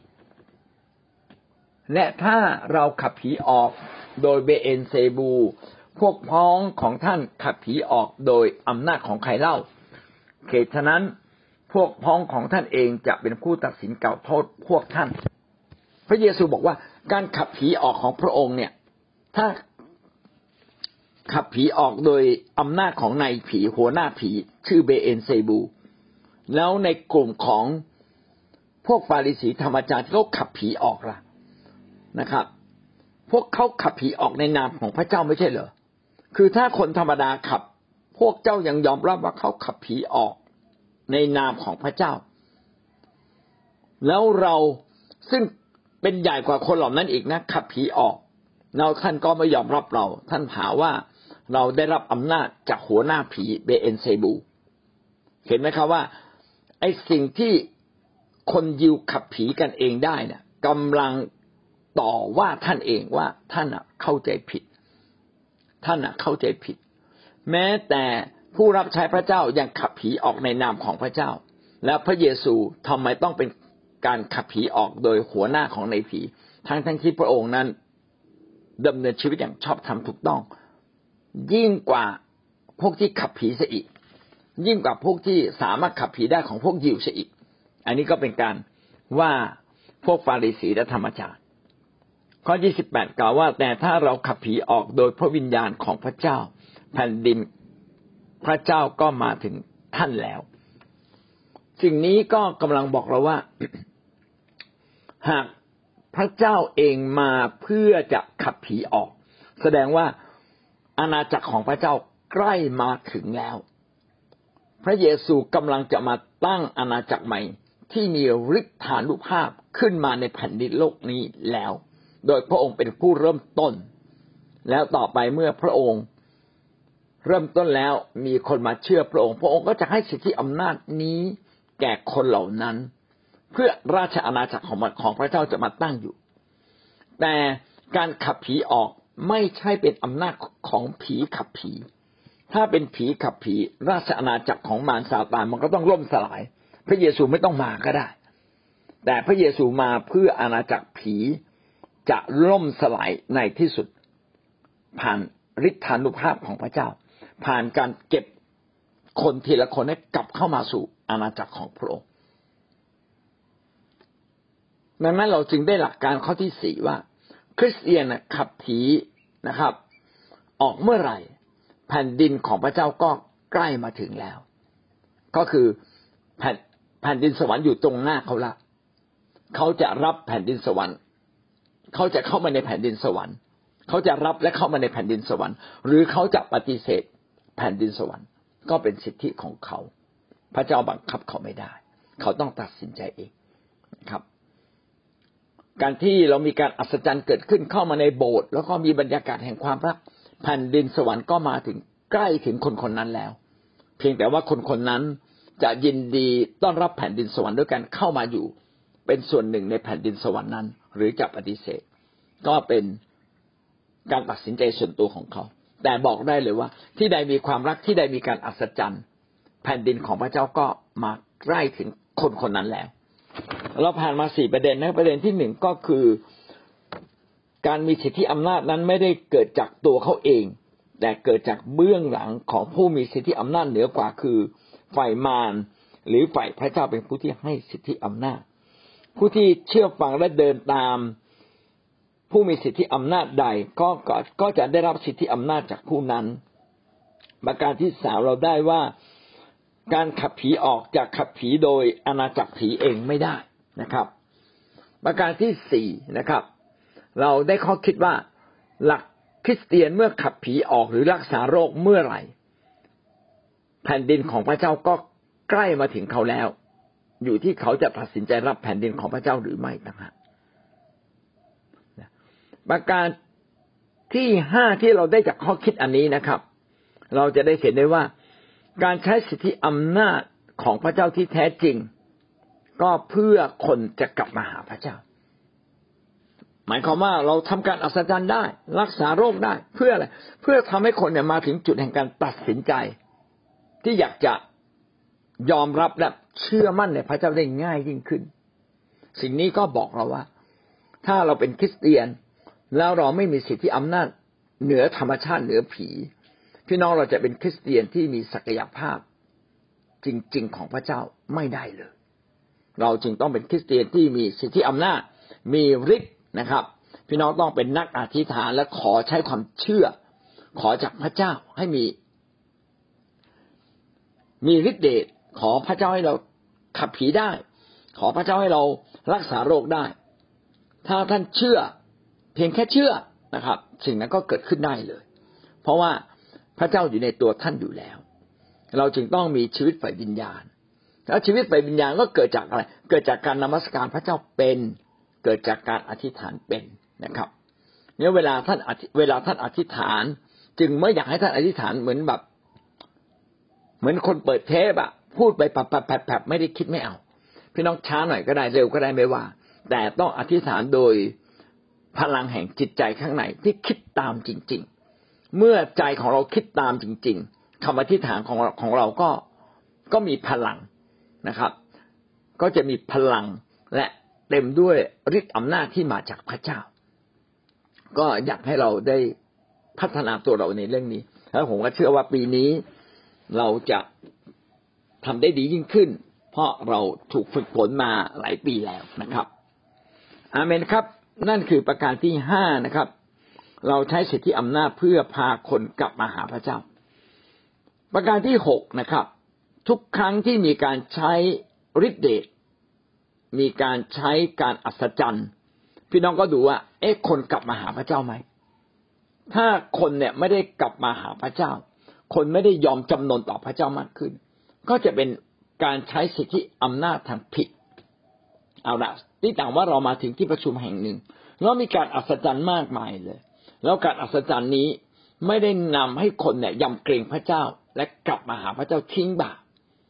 และถ้าเราขับผีออกโดยเบเอลเซบูพวกพ้องของท่านขับผีออกโดยอำนาจของใครเล่าเหตุฉะนั้นพวกพ้องของท่านเองจะเป็นผู้ตัดสินกล่าวโทษพวกท่านพระเยซูบอกว่าการขับผีออกของพระองค์เนี่ยถ้าขับผีออกโดยอำนาจของนายผีหัวหน้าผีชื่อเบเอลเซบูแล้วในกลุ่มของพวกฟาริสีธรรมจารย์ที่เขาขับผีออกล่ะนะครับพวกเขาขับผีออกในนามของพระเจ้าไม่ใช่เหรอคือถ้าคนธรรมดาขับพวกเจ้ายังยอมรับว่าเขาขับผีออกในนามของพระเจ้าแล้วเราซึ่งเป็นใหญ่กว่าคนเหล่านั้นอีกนะขับผีออกแล้วท่านก็ไม่ยอมรับเราท่านหาว่าเราได้รับอำนาจจากหัวหน้าผีเบเอลเซบูเห็นไหมครับว่าไอ้สิ่งที่คนยิวขับผีกันเองได้เนี่ยกำลังต่อว่าท่านเองว่าท่านเข้าใจผิดท่านเข้าใจผิดแม้แต่ผู้รับใช้พระเจ้ายังขับผีออกในนามของพระเจ้าแล้วพระเยซูทำไมต้องเป็นการขับผีออกโดยหัวหน้าของนายผีทั้งทั้งที่พระองค์นั้นดำเนินชีวิตอย่างชอบธรรมถูกต้องยิ่งกว่าพวกที่ขับผีเสียอีกยิ่งกว่าพวกที่สามารถขับผีได้ของพวกยิวเสียอีกอันนี้ก็เป็นการว่าพวกฟาริสีและธรรมจารย์ข้อยี่สิบแปดกล่าวว่าแต่ถ้าเราขับผีออกโดยพระวิญญาณของพระเจ้าแผ่นดินพระเจ้าก็มาถึงท่านแล้วสิ่งนี้ก็กำลังบอกเราว่า หากพระเจ้าเองมาเพื่อจะขับผีออกแสดงว่าอาณาจักรของพระเจ้าใกล้มาถึงแล้วพระเยซูกำลังจะมาตั้งอาณาจักรใหม่ที่มีฤทธานุภาพขึ้นมาในแผ่นดินโลกนี้แล้วโดยพระองค์เป็นผู้เริ่มต้นแล้วต่อไปเมื่อพระองค์เริ่มต้นแล้วมีคนมาเชื่อพระองค์พระองค์ก็จะให้สิทธิอำนาจนี้แก่คนเหล่านั้นเพื่อราชอาณาจักรของของพระเจ้าจะมาตั้งอยู่แต่การขับผีออกไม่ใช่เป็นอำนาจของผีขับผีถ้าเป็นผีขับผีราชอาณาจักรของมารซาตานมันก็ต้องล่มสลายพระเยซูไม่ต้องมาก็ได้แต่พระเยซูมาเพื่ออาณาจักรผีจะล่มสลายในที่สุดผ่านฤทธานุภาพของพระเจ้าผ่านการเก็บคนทีละคนให้กลับเข้ามาสู่อาณาจักรของพระองค์ดังนั้นเราจึงได้หลักการข้อที่สี่ว่าคริสเตียนขับผีนะครับออกเมื่อไหร่แผ่นดินของพระเจ้าก็ใกล้มาถึงแล้วก็คือแผ่นแผ่นดินสวรรค์อยู่ตรงหน้าเขาละเขาจะรับแผ่นดินสวรรค์เขาจะเข้ามาในแผ่นดินสวรรค์เขาจะรับและเข้ามาในแผ่นดินสวรรค์หรือเขาจะปฏิเสธแผ่นดินสวรรค์ก็เป็นสิทธิของเขาพระเจ้าบังคับเขาไม่ได้เขาต้องตัดสินใจเองนะครับการที่เรามีการอัศจรรย์เกิดขึ้นเข้ามาในโบสถ์แล้วก็มีบรรยากาศแห่งความรักแผ่นดินสวรรค์ก็มาถึงใกล้ถึงคนคนนั้นแล้วเพียงแต่ว่าคนคนนั้นจะยินดีต้อนรับแผ่นดินสวรรค์ด้วยการเข้ามาอยู่เป็นส่วนหนึ่งในแผ่นดินสวรรค์นั้นหรือจะปฏิเสธก็เป็นการตัดสินใจส่วนตัวของเขาแต่บอกได้เลยว่าที่ใดมีความรักที่ใดมีการอัศจรรย์แผ่นดินของพระเจ้าก็มาใกล้ถึงคนคนนั้นแล้วเราผ่านมาสี่ประเด็นนะประเด็นที่หนึ่งก็คือการมีสิทธิอำนาจนั้นไม่ได้เกิดจากตัวเขาเองแต่เกิดจากเบื้องหลังของผู้มีสิทธิอำนาจเหนือกว่าคือฝ่ายมารหรือฝ่ายพระเจ้าเป็นผู้ที่ให้สิทธิอำนาจผู้ที่เชื่อฟังและเดินตามผู้มีสิทธิอำนาจใดก็ก็จะได้รับสิทธิอำนาจจากผู้นั้นประการที่สามเราได้ว่าการขับผีออกจากขับผีโดยอาณาจักรผีเองไม่ได้นะครับประการที่สี่นะครับเราได้ข้อคิดว่าหลักคริสเตียนเมื่อขับผีออกหรือรักษาโรคเมื่อไหร่แผ่นดินของพระเจ้าก็ใกล้มาถึงเขาแล้วอยู่ที่เขาจะตัดสินใจรับแผ่นดินของพระเจ้าหรือไม่ต่างหากประการที่ห้าที่เราได้จากข้อคิดอันนี้นะครับเราจะได้เห็นได้ว่าการใช้สิทธิอำนาจของพระเจ้าที่แท้จริงก็เพื่อคนจะกลับมาหาพระเจ้าหมายความว่าเราทำการอัศจรรย์ได้รักษาโรคได้เพื่ออะไรเพื่อทำให้คนเนี่ยมาถึงจุดแห่งการตัดสินใจที่อยากจะยอมรับและเชื่อมั่นในพระเจ้าได้ง่ายยิ่งขึ้นสิ่งนี้ก็บอกเราว่าถ้าเราเป็นคริสเตียนแล้วเราไม่มีสิทธิอำนาจเหนือธรรมชาติเหนือผีพี่น้องเราจะเป็นคริสเตียนที่มีศักยภาพจริงๆของพระเจ้าไม่ได้เลยเราจึงต้องเป็นคริสเตียนที่มีสิทธิอำนาจมีฤทธิ์นะครับพี่น้องต้องเป็นนักอธิษฐานและขอใช้ความเชื่อขอจากพระเจ้าให้มีมีฤทธิ์เดชขอพระเจ้าให้เราขับผีได้ขอพระเจ้าให้เรารักษาโรคได้ถ้าท่านเชื่อเพียงแค่เชื่อนะครับสิ่งนั้นก็เกิดขึ้นได้เลยเพราะว่าพระเจ้าอยู่ในตัวท่านอยู่แล้วเราจึงต้องมีชีวิตฝ่ายวิญญาณแล้วชีวิตฝ่ายวิญญาณก็เกิดจากอะไรเกิดจากการนมัสการพระเจ้าเป็นเกิดจากการอธิษฐานเป็นนะครับเนี่ยเวลาท่านเวลาท่านอธิษฐานจึงไม่อยากให้ท่านอธิษฐานเหมือนแบบเหมือนคนเปิดเทปอะพูดไปปับปับปับปับไม่ได้คิดไม่เอาพี่น้องช้าหน่อยก็ได้เร็วก็ได้ไม่ว่าแต่ต้องอธิษฐานโดยพลังแห่งจิตใจข้างในที่คิดตามจริงๆเมื่อใจของเราคิดตามจริงๆคำอธิษฐานของเราของเราก็ก็มีพลังนะครับก็จะมีพลังและเต็มด้วยฤทธิ์อำนาจที่มาจากพระเจ้าก็อยากให้เราได้พัฒนาตัวเราในเรื่องนี้แล้วผมก็เชื่อว่าปีนี้เราจะทำได้ดียิ่งขึ้นเพราะเราถูกฝึกฝนมาหลายปีแล้วนะครับอาเมนครับนั่นคือประการที่ห้านะครับเราใช้สิทธิอำนาจเพื่อพาคนกลับมาหาพระเจ้าประการที่หกนะครับทุกครั้งที่มีการใช้ฤทธิ์เดชมีการใช้การอัศจรรย์พี่น้องก็ดูว่าเอ๊ะคนกลับมาหาพระเจ้าไหมถ้าคนเนี่ยไม่ได้กลับมาหาพระเจ้าคนไม่ได้ยอมจำนนต่อพระเจ้ามากขึ้นก็จะเป็นการใช้สิทธิอำนาจทางผิดเอาละที่ต่างว่าเรามาถึงที่ประชุมแห่งหนึ่งแล้วมีการอัศจรรย์มากมายเลยแล้วการอัศจรรย์นี้ไม่ได้นำให้คนเนี่ยยำเกรงพระเจ้าและกลับมาหาพระเจ้าทิ้งบาป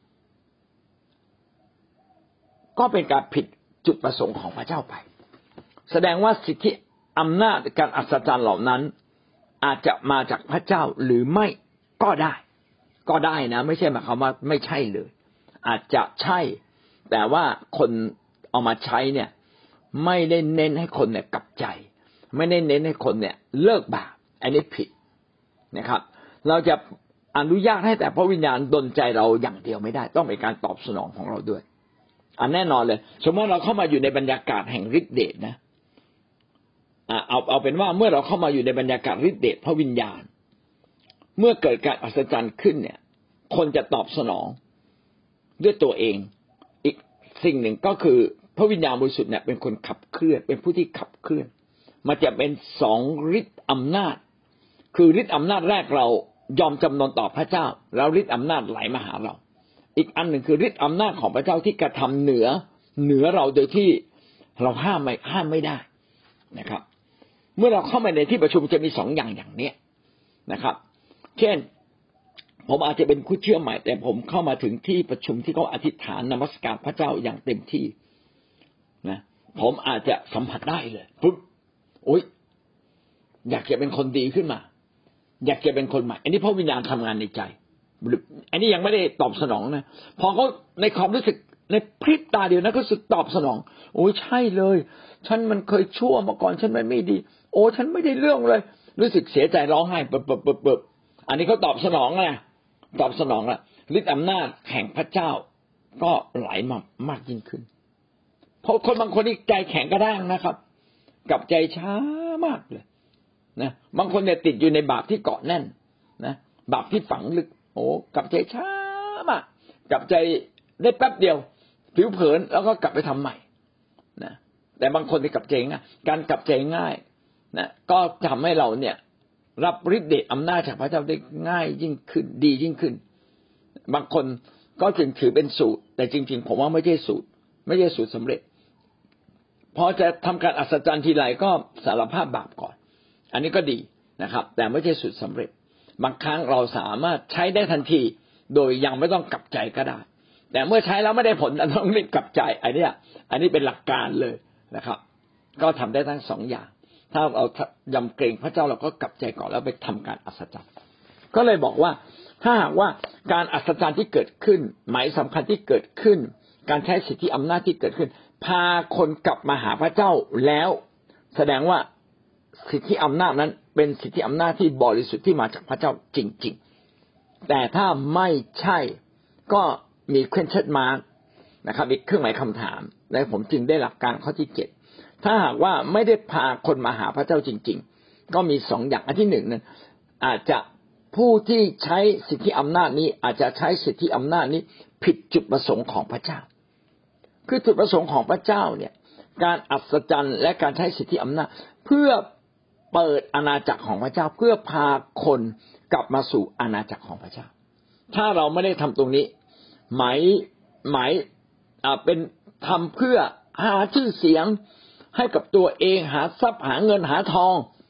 ก็เป็นการผิดจุดประสงค์ของพระเจ้าไปแสดงว่าสิทธิอำนาจการอัศจรรย์เหล่านั้นอาจจะมาจากพระเจ้าหรือไม่ก็ได้ก็ได้นะไม่ใช่หมายความว่าไม่ใช่เลยอาจจะใช่แต่ว่าคนเอามาใช้เนี่ยไม่ได้เน้นให้คนเนี่ยกลับใจไม่ได้เน้นให้คนเนี่ยเลิกบาปอันนี้ผิดนะครับเราจะอนุญาตให้แต่พระวิญญาณดลใจเราอย่างเดียวไม่ได้ต้องเป็นการตอบสนองของเราด้วยอันแน่นอนเลยสมมติเราเข้ามาอยู่ในบรรยากาศแห่งฤทธิเดชนะอ่าเอาเอาเป็นว่าเมื่อเราเข้ามาอยู่ในบรรยากาศฤทธิเดชพระวิญญาณเมื่อเกิดการอัศจรรย์ขึ้นเนี่ยคนจะตอบสนองด้วยตัวเองอีกสิ่งหนึ่งก็คือพระวิญญาณบริสุทธิ์เนี่ยเป็นคนขับเคลื่อนเป็นผู้ที่ขับเคลื่อนมันจะเป็นสองฤทธิ์อำนาจคือฤทธิ์อำนาจแรกเรายอมจำนนต่อพระเจ้าแล้วฤทธิ์อำนาจไหลมาหาเราอีกอันหนึ่งคือฤทธิ์อำนาจของพระเจ้าที่กระทำเหนือเหนือเราโดยที่เราห้ามไม่ห้ามไม่ได้นะครับเมื่อเราเข้ามาในที่ประชุมจะมีสองอย่างอย่างนี้นะครับเช่นผมอาจจะเป็นผู้เชื่อใหม่แต่ผมเข้ามาถึงที่ประชุมที่เขาอธิษฐานนมัสการพระเจ้าอย่างเต็มที่นะผมอาจจะสัมผัสได้เลยปุ๊บโอ๊ยอยากจะเป็นคนดีขึ้นมาอยากจะเป็นคนใหม่อันนี้พระวิญญาณทำงานในใจอันนี้ยังไม่ได้ตอบสนองนะพอเขาในความรู้สึกในพริบตาเดียวนะก็รู้สึกตอบสนองโอ้ยใช่เลยฉันมันเคยชั่วมาก่อนฉันมันไม่ดีโอ้ฉันไม่ได้เรื่องเลยรู้สึกเสียใจร้องไห้เปิบเปิบเปิบเปิบอันนี้เขาตอบสนองไงตอบสนองละฤทธิ์อำนาจแห่งพระเจ้าก็ไหลมามากยิ่งขึ้นเพราะคนบางคนนี่ใจแข็งกระด้างนะครับกับใจช้ามากเลยนะบางคนเนี่ยติดอยู่ในบาปที่เกาะแน่นนะบาปที่ฝังลึกโอ้กับใจช้ามากกับใจได้แป๊บเดียวผิวเผินแล้วก็กลับไปทำใหม่นะแต่บางคนที่กลับใจง่ายการกลับใจง่ายนะก็ทำให้เราเนี่ยรับฤทธิ์เดชอำนาจจากพระเจ้าได้ง่ายยิ่งขึ้นดียิ่งขึ้นบางคนก็จึงถือเป็นสูตรแต่จริงๆผมว่าไม่ใช่สูตรไม่ใช่สูตรสำเร็จพอจะทำการอัศจรรย์ทีไรก็สารภาพบาปก่อนอันนี้ก็ดีนะครับแต่ไม่ใช่สูตรสำเร็จบางครั้งเราสามารถใช้ได้ทันทีโดยยังไม่ต้องกลับใจก็ได้แต่เมื่อใช้แล้วไม่ได้ผลต้องรีบกลับใจอันนี้อันนี้เป็นหลักการเลยนะครับก็ทำได้ทั้งสองอย่างถ้าเรายำเกรงพระเจ้าเราก็กลับใจก่อนแล้วไปทำการอัศจรรย์ก็เลยบอกว่าถ้าหากว่าการอัศจรรย์ที่เกิดขึ้นหมายสำคัญที่เกิดขึ้นการใช้สิทธิอำนาจที่เกิดขึ้นพาคนกลับมาหาพระเจ้าแล้วแสดงว่าสิทธิอำนาจนั้นเป็นสิทธิอำนาจที่บริสุทธิ์ที่มาจากพระเจ้าจริงๆแต่ถ้าไม่ใช่ก็มี question mark นะครับอีกเครื่องหมายคำถามและผมจึงได้หลักการข้อที่เจ็ดถ้าหากว่าไม่ได้พาคนมาหาพระเจ้าจริงๆก็มีสองอย่างอันที่หนึ่งนั้นอาจจะผู้ที่ใช้สิทธิอำนาจนี้อาจจะใช้สิทธิอำนาจนี้ผิดจุดประสงค์ของพระเจ้าคือจุดประสงค์ของพระเจ้าเนี่ยการอัศจรรย์และการใช้สิทธิอำนาจเพื่อเปิดอาณาจักรของพระเจ้าเพื่อพาคนกลับมาสู่อาณาจักรของพระเจ้าถ้าเราไม่ได้ทำตรงนี้หมายหมายอ่าเป็นทำเพื่อหาชื่อเสียงให้กับตัวเองหาทรัพย์หาเงินหาทอง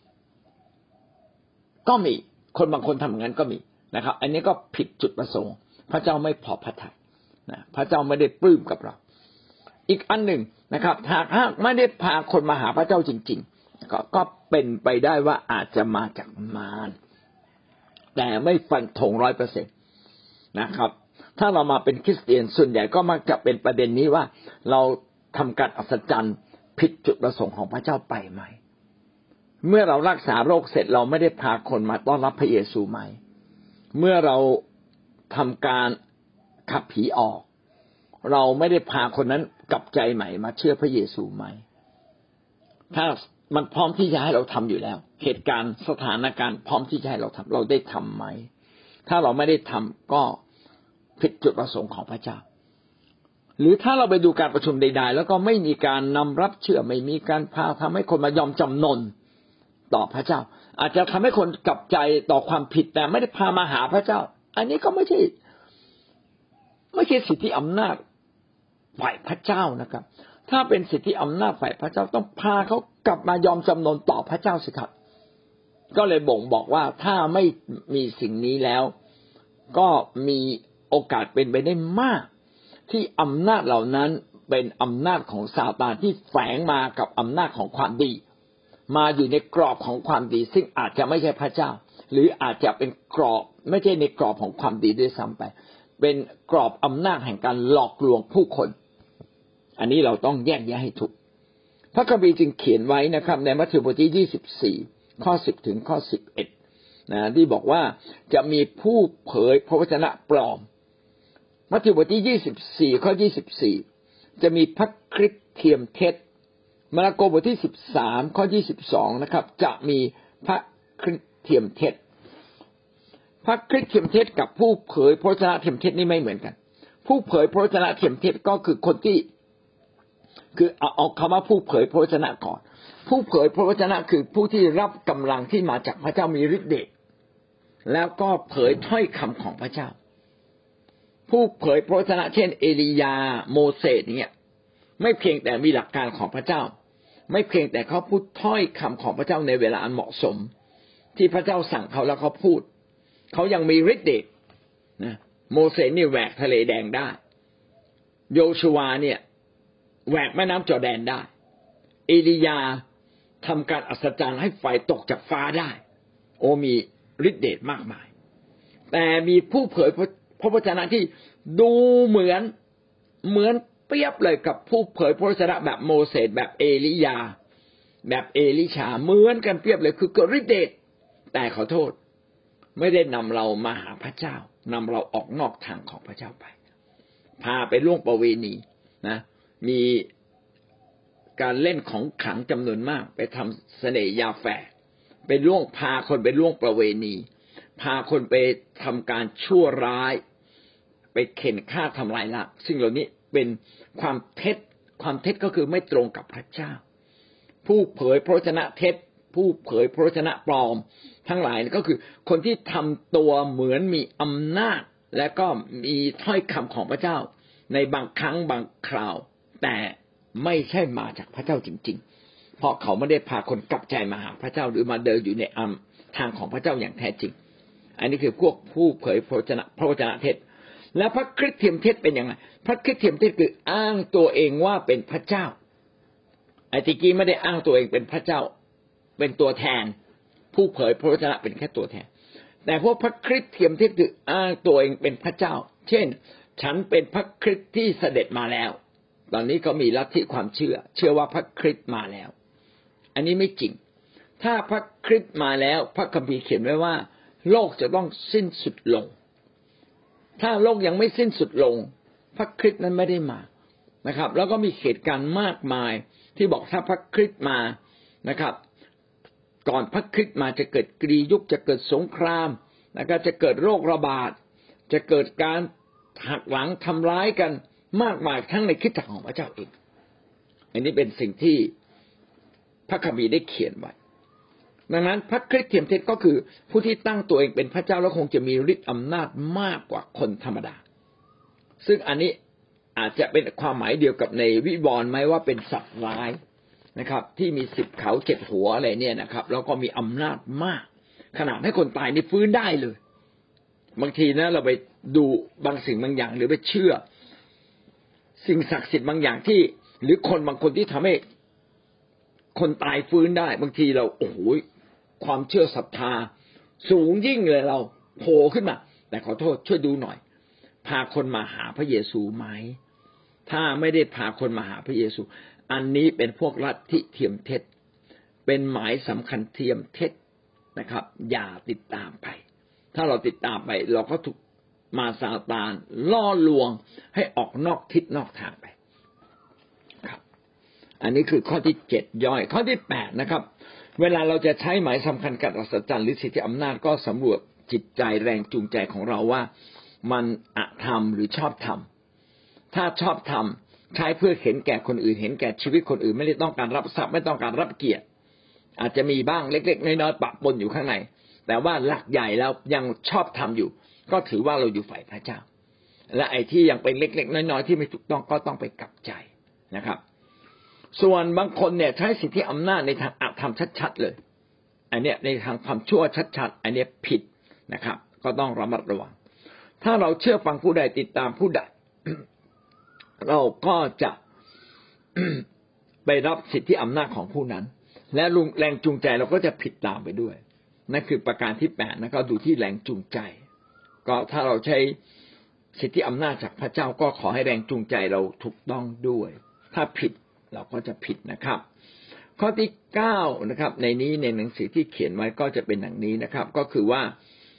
ก็มีคนบางคนทำอย่างนั้นก็มีนะครับอันนี้ก็ผิดจุดประสงค์พระเจ้าไม่พอพระทัยนะพระเจ้าไม่ได้ปลื้มกับเราอีกอันหนึ่งนะครับหากหากไม่ได้พาคนมาหาพระเจ้าจริงๆก็ก็เป็นไปได้ว่าอาจจะมาจากมารแต่ไม่ฟันธงร้อยเปอร์เซ็นต์นะครับถ้าเรามาเป็นคริสเตียนส่วนใหญ่ก็มักจะเป็นประเด็นนี้ว่าเราทำการอัศจรรย์ผิดจุดประสงค์ของพระเจ้าไปไหมเมื่อเรารักษาโรคเสร็จเราไม่ได้พาคนมาต้อนรับพระเยซูไหมเมื่อเราทำการขับผีออกเราไม่ได้พาคนนั้นกลับใจใหม่มาเชื่อพระเยซูไหมถ้ามันพร้อมที่จะให้เราทำอยู่แล้วเหตุการณ์สถานการณ์พร้อมที่จะให้เราทำเราได้ทำไหมถ้าเราไม่ได้ทำก็ผิดจุดประสงค์ของพระเจ้าหรือถ้าเราไปดูการประชุมใดๆแล้วก็ไม่มีการนำรับเชื่อไม่มีการพาทำให้คนมายอมจำนนต่อพระเจ้าอาจจะทำให้คนกลับใจต่อความผิดแต่ไม่ได้พามาหาพระเจ้าอันนี้ก็ไม่ใช่ไม่ใช่สิทธิอำนาจฝ่ายพระเจ้านะครับถ้าเป็นสิทธิอำนาจฝ่ายพระเจ้าต้องพาเขากลับมายอมจำนนต่อพระเจ้าสิครับก็เลยบ่งบอกว่าถ้าไม่มีสิ่งนี้แล้วก็มีโอกาสเป็นไปได้มากที่อำนาจเหล่านั้นเป็นอำนาจของซาตานที่แฝงมากับอำนาจของความดีมาอยู่ในกรอบของความดีซึ่งอาจจะไม่ใช่พระเจ้าหรืออาจจะเป็นกรอบไม่ใช่ในกรอบของความดีด้วยซ้ำไปเป็นกรอบอำนาจแห่งการหลอกลวงผู้คนอันนี้เราต้องแยกแยะให้ถูกพระคัมภีร์จึงเขียนไว้นะครับในมัทธิวบทที่ยี่สิบสี่ข้อสิบถึงข้อสิบเอ็ดนะที่บอกว่าจะมีผู้เผยพระวจนะปลอมมัทธิวบทที่ยี่สิบสี่ข้อยี่สิบสี่จะมีพระคริสต์เทียมเท็จมาระโกบทที่สิบสามข้อยี่สิบสองนะครับจะมีพระคริสต์เทียมเท็จพระคริสต์เทียมเท็จกับผู้เผยพระวจนะเทียมเท็จนี่ไม่เหมือนกันผู้เผยพระวจนะเทียมเท็จก็คือคนที่คือเอาเอาคำว่าผู้เผยพระวจนะก่อนผู้เผยพระวจนะคือผู้ที่รับกำลังที่มาจากพระเจ้ามีฤทธิ์เดชแล้วก็เผยถ้อยคำของพระเจ้าผู้เผยพระวจนะเช่นเอลียาโมเสสเนี่ยไม่เพียงแต่มีหลักการของพระเจ้าไม่เพียงแต่เขาพูดถ้อยคำของพระเจ้าในเวลาอันเหมาะสมที่พระเจ้าสั่งเขาแล้วเขาพูดเขายังมีฤทธิ์เดชนะโมเสสนี่แหวกทะเลแดงได้โยชูวาเนี่ยแหวกแม่น้ำจอร์แดนได้เอลียาทำการอัศจรรย์ให้ไฟตกจากฟ้าได้โอ้มีฤทธิ์เดชมากมายแต่มีผู้เผยพระวจนะที่ดูเหมือนเหมือนเปรียบเลยกับผู้เผยพระวจนะแบบโมเสสแบบเอลียาแบบเอลิชาเหมือนกันเปรียบเลยคือเกิดฤทธิ์เดชแต่ขอโทษไม่ได้นำเรามาหาพระเจ้านำเราออกนอกทางของพระเจ้าไปพาไปล่วงประเวณีนะมีการเล่นของขลังจำนวนมากไปทำเสน่ห์ยาแฝกไปล่วงพาคนไปล่วงประเวณีพาคนไปทำการชั่วร้ายไปเข็นฆ่าทำลายล้างซึ่งเหล่านี้เป็นความเท็จความเท็จก็คือไม่ตรงกับพระเจ้าผู้เผยพระวจนะเท็จผู้เผยพระวจนะปลอมทั้งหลายก็คือคนที่ทำตัวเหมือนมีอำนาจและก็มีถ้อยคำของพระเจ้าในบางครั้งบางคราวแต่ไม่ใช่มาจากพระเจ้าจริงๆเพราะเขาไม่ได้พาคนกลับใจมาหาพระเจ้าหรือมาเดินอยู่ในทางของพระเจ้าอย่างแท้จริงอันนี้คือพวกผู้เผยพระวจนะพระวจนะเท็จแล้วพระคริสต์เทียมเท็จเป็นยังไงพระคริสต์เทียมเท็จคืออ้างตัวเองว่าเป็นพระเจ้าไอ้ตะกี้ไม่ได้อ้างตัวเองเป็นพระเจ้าเป็นตัวแทนผู้เผยพระวจนะเป็นแค่ตัวแทนแต่พวกพระคริสต์เทียมเท็จคืออ้างตัวเองเป็นพระเจ้าเช่นฉันเป็นพระคริสต์ที่เสด็จมาแล้วตอนนี้ก็มีลัทธิความเชื่อเชื่อว่าพระคริสต์มาแล้วอันนี้ไม่จริงถ้าพระคริสต์มาแล้วพระคัมภีร์เขียนไว้ว่าโลกจะต้องสิ้นสุดลงถ้าโลกยังไม่สิ้นสุดลงพระคริสต์นั้นไม่ได้มานะครับแล้วก็มีเหตุการณ์มากมายที่บอกถ้าพระคริสต์มานะครับก่อนพระคริสต์มาจะเกิดกรียุคจะเกิดสงครามแล้วก็จะเกิดโรคระบาดจะเกิดการหักหลังทำร้ายกันมากมายทั้งในคริสตจักรของพระเจ้าเองอันนี้เป็นสิ่งที่พระคัมภีร์ได้เขียนไว้ดังนั้นพระคริสต์เทียมเท็จก็คือผู้ที่ตั้งตัวเองเป็นพระเจ้าแล้วคงจะมีฤทธิ์อำนาจมากกว่าคนธรรมดาซึ่งอันนี้อาจจะเป็นความหมายเดียวกับในวิวรณ์ไหมว่าเป็นสัตว์ร้ายนะครับที่มีสิบเขาเจ็ดหัวอะไรเนี่ยนะครับแล้วก็มีอำนาจมากขนาดให้คนตายนี่ฟื้นได้เลยบางทีนะเราไปดูบางสิ่งบางอย่างหรือไปเชื่อสิ่งศักดิ์สิทธิ์บางอย่างที่หรือคนบางคนที่ทำให้คนตายฟื้นได้บางทีเราโอ้โหความเชื่อศรัทธาสูงยิ่งเลยเราโผล่ขึ้นมาแต่ขอโทษช่วยดูหน่อยพาคนมาหาพระเยซูไหมถ้าไม่ได้พาคนมาหาพระเยซูอันนี้เป็นพวกลัทธิเทียมเท็จเป็นหมายสำคัญเทียมเท็จนะครับอย่าติดตามไปถ้าเราติดตามไปเราก็ถูกมาซาตานล่อลวงให้ออกนอกทิศนอกทางไปครับอันนี้คือข้อที่เจ็ดย่อยข้อที่แปดนะครับเวลาเราจะใช้หมายสำคัญกับอัศจรรย์หรือสิทธิอำนาจก็สำรวจจิตใจแรงจูงใจของเราว่ามันอธรรมหรือชอบธรรมถ้าชอบธรรมใช้เพื่อเห็นแก่คนอื่นเห็นแก่ชีวิตคนอื่นไม่ได้ต้องการรับทรัพย์ไม่ต้องการรับเกียรติอาจจะมีบ้างเล็กๆน้อยๆปะปนอยู่ข้างในแต่ว่าหลักใหญ่แล้วยังชอบธรรมอยู่ก็ถือว่าเราอยู่ฝ่ายพระเจ้าและไอ้ที่ยังเป็นเล็กๆน้อยๆที่ไม่ถูกต้องก็ต้องไปกลับใจนะครับส่วนบางคนเนี่ยใช้สิทธิอำนาจในทางอธรรมชัดๆเลยอันเนี้ยในทางความชั่วชัดๆอันเนี้ยผิดนะครับก็ต้องระมัดระวังถ้าเราเชื่อฟังผู้ใดติดตามผู้ใด เราก็จะไปรับสิทธิอำนาจของผู้นั้นและแรงจูงใจเราก็จะผิดตามไปด้วยนั่นคือประการที่แปดนะก็ดูที่แรงจูงใจก็ถ้าเราใช้สิทธิอำนาจจากพระเจ้าก็ขอให้แรงจูงใจเราถูกต้องด้วยถ้าผิดเราก็จะผิดนะครับข้อที่เก้านะครับในนี้ในหนังสือที่เขียนไว้ก็จะเป็นอย่างนี้นะครับก็คือว่า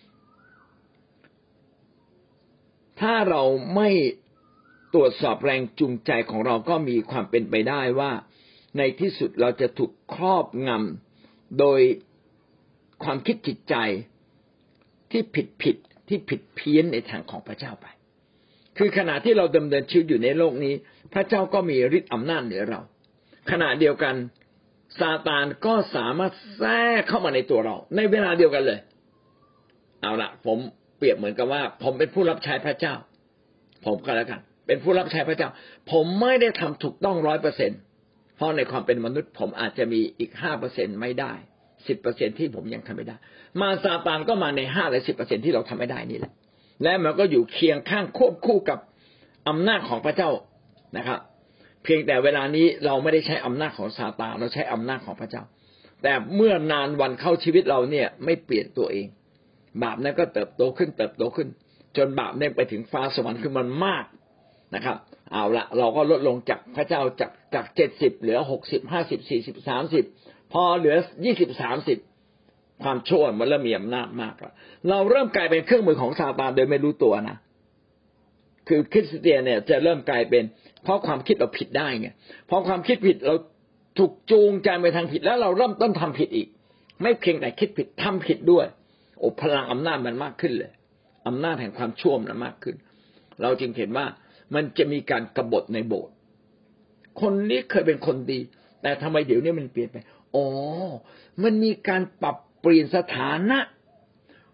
ถ้าเราไม่ตรวจสอบแรงจูงใจของเราก็มีความเป็นไปได้ว่าในที่สุดเราจะถูกครอบงำโดยความคิดจิตใจที่ผิดผิดที่ผิดเพี้ยนในทางของพระเจ้าไปคือขณะที่เราดำเนินชีวิตอยู่ในโลกนี้พระเจ้าก็มีฤทธิ์อำนาจเหนือเราขณะเดียวกันซาตานก็สามารถแทรกเข้ามาในตัวเราในเวลาเดียวกันเลยเอาละผมเปรียบเหมือนกับว่าผมเป็นผู้รับใช้พระเจ้าผมก็แล้วกันเป็นผู้รับใช้พระเจ้าผมไม่ได้ทำถูกต้อง ร้อยเปอร์เซ็นต์ เพราะในความเป็นมนุษย์ผมอาจจะมีอีก ห้าเปอร์เซ็นต์ ไม่ได้ สิบเปอร์เซ็นต์ ที่ผมยังทำไม่ได้มาซาตานก็มาในห้าหรือ สิบเปอร์เซ็นต์ ที่เราทำไม่ได้นี่แหละและมันก็อยู่เคียงข้างควบคู่กับอำนาจของพระเจ้านะครับเพียงแต่เวลานี้เราไม่ได้ใช้อำนาจของซาตานเราใช้อำนาจของพระเจ้าแต่เมื่อนานวันเข้าชีวิตเราเนี่ยไม่เปลี่ยนตัวเองบาปนั้นก็เติบโตขึ้นเติบโตขึ้นจนบาปเนี่ยไปถึงฟ้าสวรรค์คือมันมากนะครับเอาละเราก็ลดลงจากพระเจ้าจากจากเจ็ดสิบเหลือหกสิบ ห้าสิบ สี่สิบ สามสิบพอเหลือยี่สิบ สามสิบความชั่วมันเริ่มมีอำนาจมากแล้วเราเริ่มกลายเป็นเครื่องมือของซาตานโดยไม่รู้ตัวนะคือคริสเตียนเนี่ยจะเริ่มกลายเป็นเพราะความคิดเราผิดได้ไงเพราะความคิดผิดเราถูกจูงใจไปทางผิดแล้วเราเริ่มต้นทำผิดอีกไม่เพียงแต่คิดผิดทำผิดด้วยโอ้พลังอำนาจมันมากขึ้นเลยอำนาจแห่งความชั่วมันมากขึ้นเราจึงเห็นว่ามันจะมีการกบฏในโบสถ์คนนี้เคยเป็นคนดีแต่ทำไมเดี๋ยวนี้มันเปลี่ยนไปอ๋อมันมีการปรับเปลี่ยนสถานะ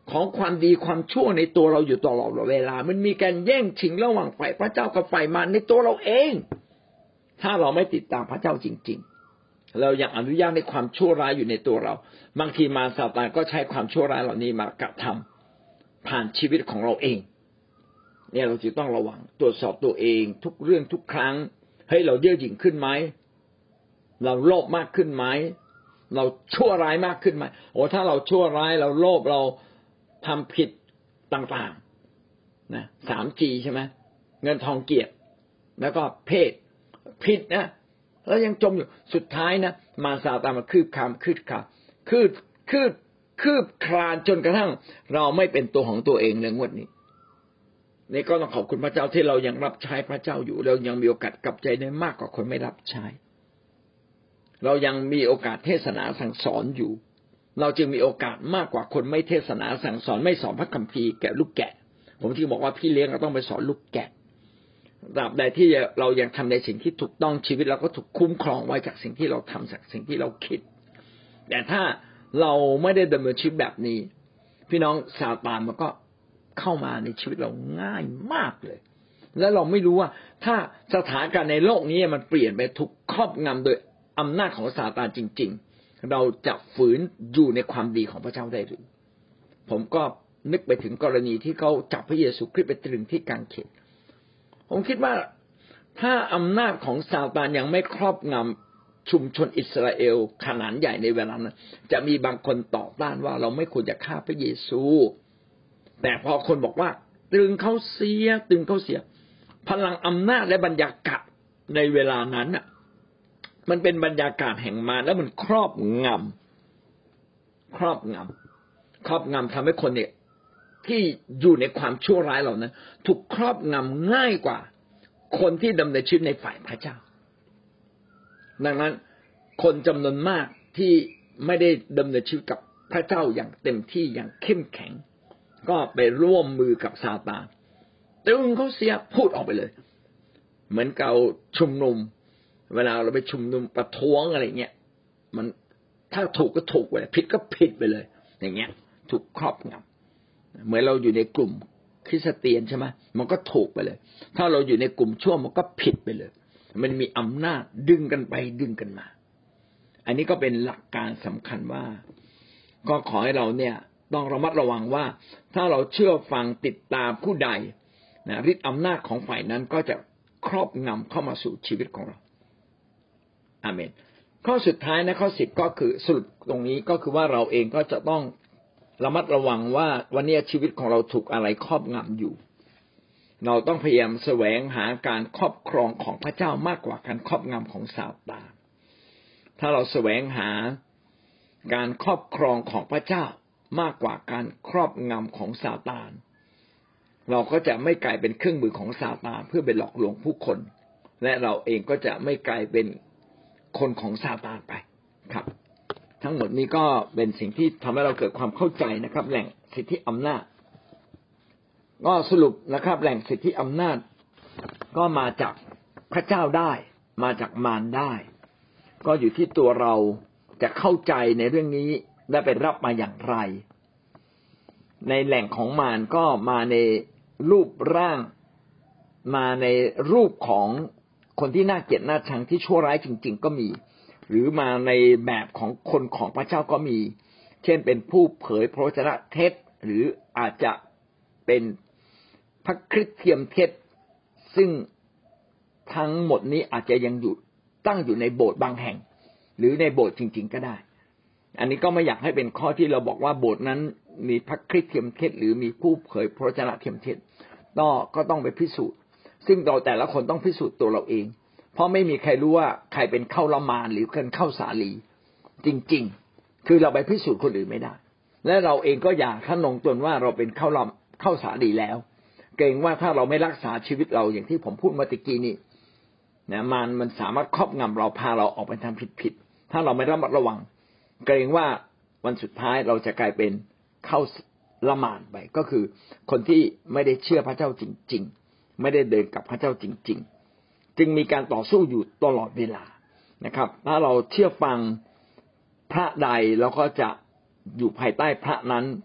ของความดีความชั่วในตัวเราอยู่ตลอดเวลามันมีการแย่งชิงระหว่างฝ่ายพระเจ้ากับฝ่ายมารในตัวเราเองถ้าเราไม่ติดตามพระเจ้าจริงๆเรายังอนุญาตให้ความชั่วร้ายอยู่ในตัวเราบางทีมารซาตานก็ใช้ความชั่วร้ายเหล่านี้มากระทำผ่านชีวิตของเราเองเนี่ยเราจึงต้องระวังตรวจสอบตัวเองทุกเรื่องทุกครั้งเฮ้ยเราเย่อหยิ่งขึ้นไหมเราโลภมากขึ้นไหมเราชั่วร้ายมากขึ้นไหมโอ้ถ้าเราชั่วร้ายเราโลภเราทำผิดต่างๆนะสามจีใช่ไหมเงินทองเกียรติแล้วก็เพศผิดนะแล้วยังจมอยู่สุดท้ายนะมารซาตานมาคืบคลานคืบคลานคืบคืบคืบคลานจนกระทั่งเราไม่เป็นตัวของตัวเองในงวดนี้นี่ก็ต้องขอบคุณพระเจ้าที่เรายังรับใช้พระเจ้าอยู่เรายังมีโอกาสกลับใจได้มากกว่าคนไม่รับใช้เรายังมีโอกาสเทศนาสั่งสอนอยู่เราจึงมีโอกาสมากกว่าคนไม่เทศนาสั่งสอนไม่สอนพระคัมภีร์แก่ลูกแกะผมที่บอกว่าพี่เลี้ยงก็ต้องไปสอนลูกแกะตราบใดที่เรายังทำในสิ่งที่ถูกต้องชีวิตเราก็ถูกคุ้มครองไว้จากสิ่งที่เราทำจากสิ่งที่เราคิดแต่ถ้าเราไม่ได้ดำเนินชีวิตแบบนี้พี่น้องซาตานมันก็เข้ามาในชีวิตเราง่ายมากเลยแล้วเราไม่รู้ว่าถ้าสถานการณ์ในโลกนี้มันเปลี่ยนไปถูกครอบงำโดยอำนาจของซาตานจริงๆเราจะฝืนอยู่ในความดีของพระเจ้าได้หรือผมก็นึกไปถึงกรณีที่เขาจับพระเยซูคริสต์ไปตรึงที่กางเขนผมคิดว่าถ้าอำนาจของซาตานยังไม่ครอบงำชุมชนอิสราเอลขนาดใหญ่ในเวลานั้นจะมีบางคนต่อต้านว่าเราไม่ควรจะฆ่าพระเยซูแต่พอคนบอกว่าตรึงเขาเสียตรึงเขาเสียพลังอำนาจและบรรยากาศในเวลานั้นน่ะมันเป็นบรรยากาศแห่งมารแล้วมันครอบงำครอบงำครอบงำทำให้คนเนี่ยที่อยู่ในความชั่วร้ายเหล่านั้นถูกครอบงำง่ายกว่าคนที่ดำเนินชีวิตในฝ่ายพระเจ้าดังนั้นคนจำนวนมากที่ไม่ได้ดำเนินชีวิตกับพระเจ้าอย่างเต็มที่อย่างเข้มแข็งก็ไปร่วมมือกับซาตานตึงเขาเสียพูดออกไปเลยเหมือนกับชุมนุมเวลาเราไปชุมนุมประท้วงอะไรเงี้ยมันถ้าถูกก็ถูกไปเลยผิดก็ผิดไปเลยอย่างเงี้ยถูกครอบงำเหมือนเราอยู่ในกลุ่มคริสเตียนใช่ไหมมันก็ถูกไปเลยถ้าเราอยู่ในกลุ่มชั่วมันก็ผิดไปเลยมันมีอำนาจดึงกันไปดึงกันมาอันนี้ก็เป็นหลักการสำคัญว่าก็ขอให้เราเนี่ยต้องระมัดระวังว่าถ้าเราเชื่อฟังติดตามผู้ใดนะฤทธิ์อำนาจของฝ่ายนั้นก็จะครอบงำเข้ามาสู่ชีวิตของเราอาเมนข้อสุดท้ายนะข้อสิบก็คือสรุปตรงนี้ก็คือว่าเราเองก็จะต้องระมัดระวังว่าวันนี้ชีวิตของเราถูกอะไรครอบงำอยู่เราต้องพยายามแสวงหาการครอบครองของพระเจ้ามากกว่าการครอบงำของซาตานถ้าเราแสวงหาการครอบครองของพระเจ้ามากกว่าการครอบงำของซาตานเราก็จะไม่กลายเป็นเครื่องมือของซาตานเพื่อไปหลอกลวงผู้คนและเราเองก็จะไม่กลายเป็นคนของซาตานไปครับทั้งหมดนี้ก็เป็นสิ่งที่ทำให้เราเกิดความเข้าใจนะครับแหล่งสิทธิอำนาจก็สรุปนะครับแหล่งสิทธิอำนาจก็มาจากพระเจ้าได้มาจากมารได้ก็อยู่ที่ตัวเราจะเข้าใจในเรื่องนี้และไปรับมาอย่างไรในแหล่งของมารก็มาในรูปร่างมาในรูปของคนที่น่าเกลียดน่าชังที่ชั่วร้ายจริงๆก็มีหรือมาในแบบของคนของพระเจ้าก็มีเช่นเป็นผู้เผยพระวจนะเท็จหรืออาจจะเป็นพระคริสต์เทียมเท็จซึ่งทั้งหมดนี้อาจจะยังอยู่ตั้งอยู่ในโบสถ์บางแห่งหรือในโบสถ์จริงๆก็ได้อันนี้ก็ไม่อยากให้เป็นข้อที่เราบอกว่าโบสถ์นั้นมีพระคริสต์เทียมเท็จหรือมีผู้เผยพระวจนะเทียมเท็จก็ก็ต้องไปพิสูจน์ซึ่งเราแต่ละคนต้องพิสูจน์ตัวเราเองเพราะไม่มีใครรู้ว่าใครเป็นเข้าละมานหรือเป็นเข้าสาลีจริงๆคือเราไปพิสูจน์คนอื่นไม่ได้และเราเองก็อย่าทะนงตนว่าเราเป็นเข้าละเข้าสาลีแล้วเกรงว่าถ้าเราไม่รักษาชีวิตเราอย่างที่ผมพูดเมื่อกี้นี้นะมันมันสามารถครอบงำเราพาเราออกไปทางผิดๆถ้าเราไม่ระมัดระวังเกรงว่าวันสุดท้ายเราจะกลายเป็นเข้าละหมาดไปก็คือคนที่ไม่ได้เชื่อพระเจ้าจริงๆไม่ได้เดินกับพระเจ้าจริงๆจึงมีการต่อสู้อยู่ตลอดเวลานะครับถ้าเราเชื่อฟังพระใดเราก็จะอยู่ภายใต้พระนั้น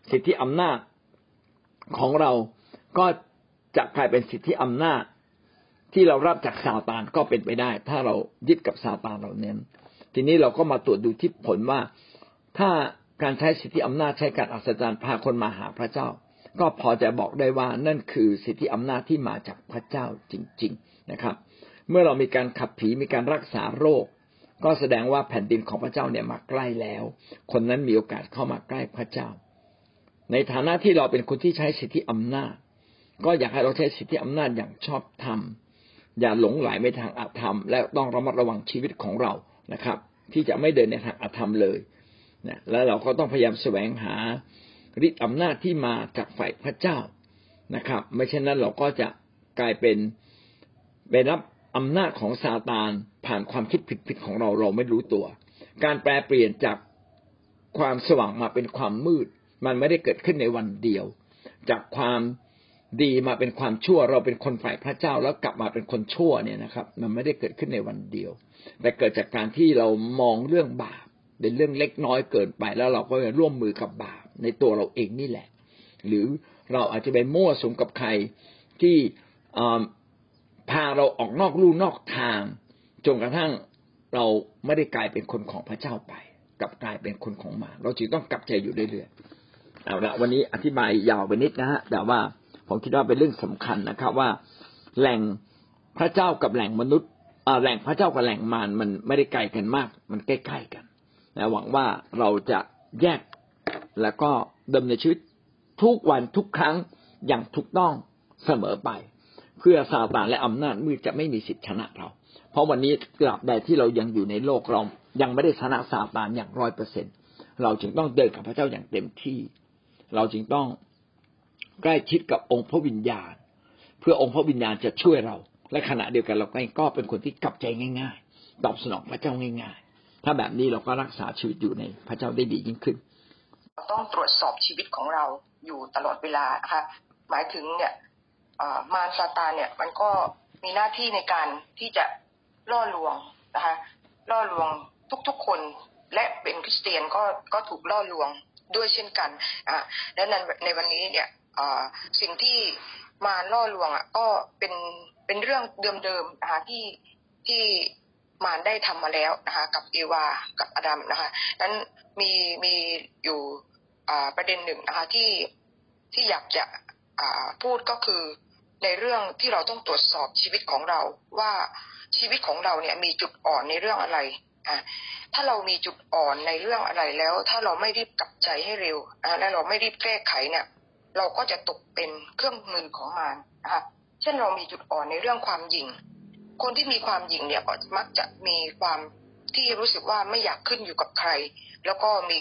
สิทธิอำนาจของเราก็จะกลายเป็นสิทธิอำนาจที่เรารับจากซาตานก็เป็นไปได้ถ้าเรายึดกับซาตานเราเน้นทีนี้เราก็มาตรวจดูที่ผลว่าถ้าการใช้สิทธิอำนาจใช้การอัศจรรย์พาคนมาหาพระเจ้าก็พอจะบอกได้ว่านั่นคือสิทธิอำนาจที่มาจากพระเจ้าจริงๆนะครับเมื่อเรามีการขับผีมีการรักษาโรคก็แสดงว่าแผ่นดินของพระเจ้าเนี่ยมาใกล้แล้วคนนั้นมีโอกาสเข้ามาใกล้พระเจ้าในฐานะที่เราเป็นคนที่ใช้สิทธิอำนาจก็อยากให้เราใช้สิทธิอำนาจอย่างชอบธรรมอย่าหลงไหลไปทางอธรรมและต้องระมัดระวังชีวิตของเรานะครับที่จะไม่เดินในทางอธรรมเลยนะแล้วเราก็ต้องพยายามแสวงหาฤทธิ์อำนาจที่มาจากฝ่ายพระเจ้านะครับไม่เช่นนั้นเราก็จะกลายเป็นไปรับอำนาจของซาตานผ่านความคิดผิดๆของเราเราไม่รู้ตัวการแปลเปลี่ยนจากความสว่างมาเป็นความมืดมันไม่ได้เกิดขึ้นในวันเดียวจากความดีมาเป็นความชั่วเราเป็นคนฝ่ายพระเจ้าแล้วกลับมาเป็นคนชั่วเนี่ยนะครับมันไม่ได้เกิดขึ้นในวันเดียวแต่เกิดจากการที่เรามองเรื่องบาปเป็นเรื่องเล็กน้อยเกินไปแล้วเราก็ร่วมมือกับบาปในตัวเราเองนี่แหละหรือเราอาจจะไปมั่วสุมกับใครที่พาเราออกนอกลู่นอกทางจนกระทั่งเราไม่ได้กลายเป็นคนของพระเจ้าไปกลับกลายเป็นคนของมารเราจึงต้องกลับใจอยู่เรื่อยๆเอาละวันนี้อธิบายยาวไปนิดนะฮะแต่ว่าผมคิดว่าเป็นเรื่องสำคัญนะครับว่าแหล่งพระเจ้ากับแหล่งมนุษย์แหล่งพระเจ้ากับแหล่งมารมันไม่ได้ไกลกันมากมันใกล้ๆกันนะหวังว่าเราจะแยกแล้วก็ดำเนินชีวิตทุกวันทุกครั้งอย่างถูกต้องเสมอไปเพื่อซาตานและอำนาจมืดจะไม่มีสิทธิ์ชนะเราเพราะวันนี้ตราบใดที่เรายังอยู่ในโลกเรายังไม่ได้ชนะซาตานอย่างร้อยเปอร์เซ็นต์เราจึงต้องเดินกับพระเจ้าอย่างเต็มที่เราจึงต้องใกล้ชิดกับองค์พระวิญญาณเพื่อองค์พระวิญญาณจะช่วยเราและขณะเดียวกันเราก็เป็นคนที่กลับใจง่ายๆตอบสนองพระเจ้าง่ายๆถ้าแบบนี้เราก็รักษาชีวิตอยู่ในพระเจ้าได้ดียิ่งขึ้นต้องตรวจสอบชีวิตของเราอยู่ตลอดเวลานะคะหมายถึงเนี่ยมารซาตานเนี่ยมันก็มีหน้าที่ในการที่จะล่อลวงนะคะล่อลวงทุกๆคนและเป็นคริสเตียนก็ก็ถูกล่อลวงด้วยเช่นกันอ่าและในในวันนี้เนี่ยสิ่งที่มารล่อลวงอ่ะก็เป็นเป็นเรื่องเดิมๆนะคะที่ที่มารได้ทำมาแล้วนะคะกับเอวากับอาดัมนะคะนั้นมีมีอยู่ประเด็นหนึ่งนะคะที่ที่อยากจะพูดก็คือในเรื่องที่เราต้องตรวจสอบชีวิตของเราว่าชีวิตของเราเนี่ยมีจุดอ่อนในเรื่องอะไรอ่ะถ้าเรามีจุดอ่อนในเรื่องอะไรแล้วถ้าเราไม่รีบกลับใจให้เร็วนะและเราไม่รีบแก้ไขเนี่ยเราก็จะตกเป็นเครื่องมือของมารนะคะเช่นเรามีจุดอ่อนในเรื่องความหยิ่งคนที่มีความหยิ่งเนี่ยก็มักจะมีความที่รู้สึกว่าไม่อยากขึ้นอยู่กับใครแล้วก็มี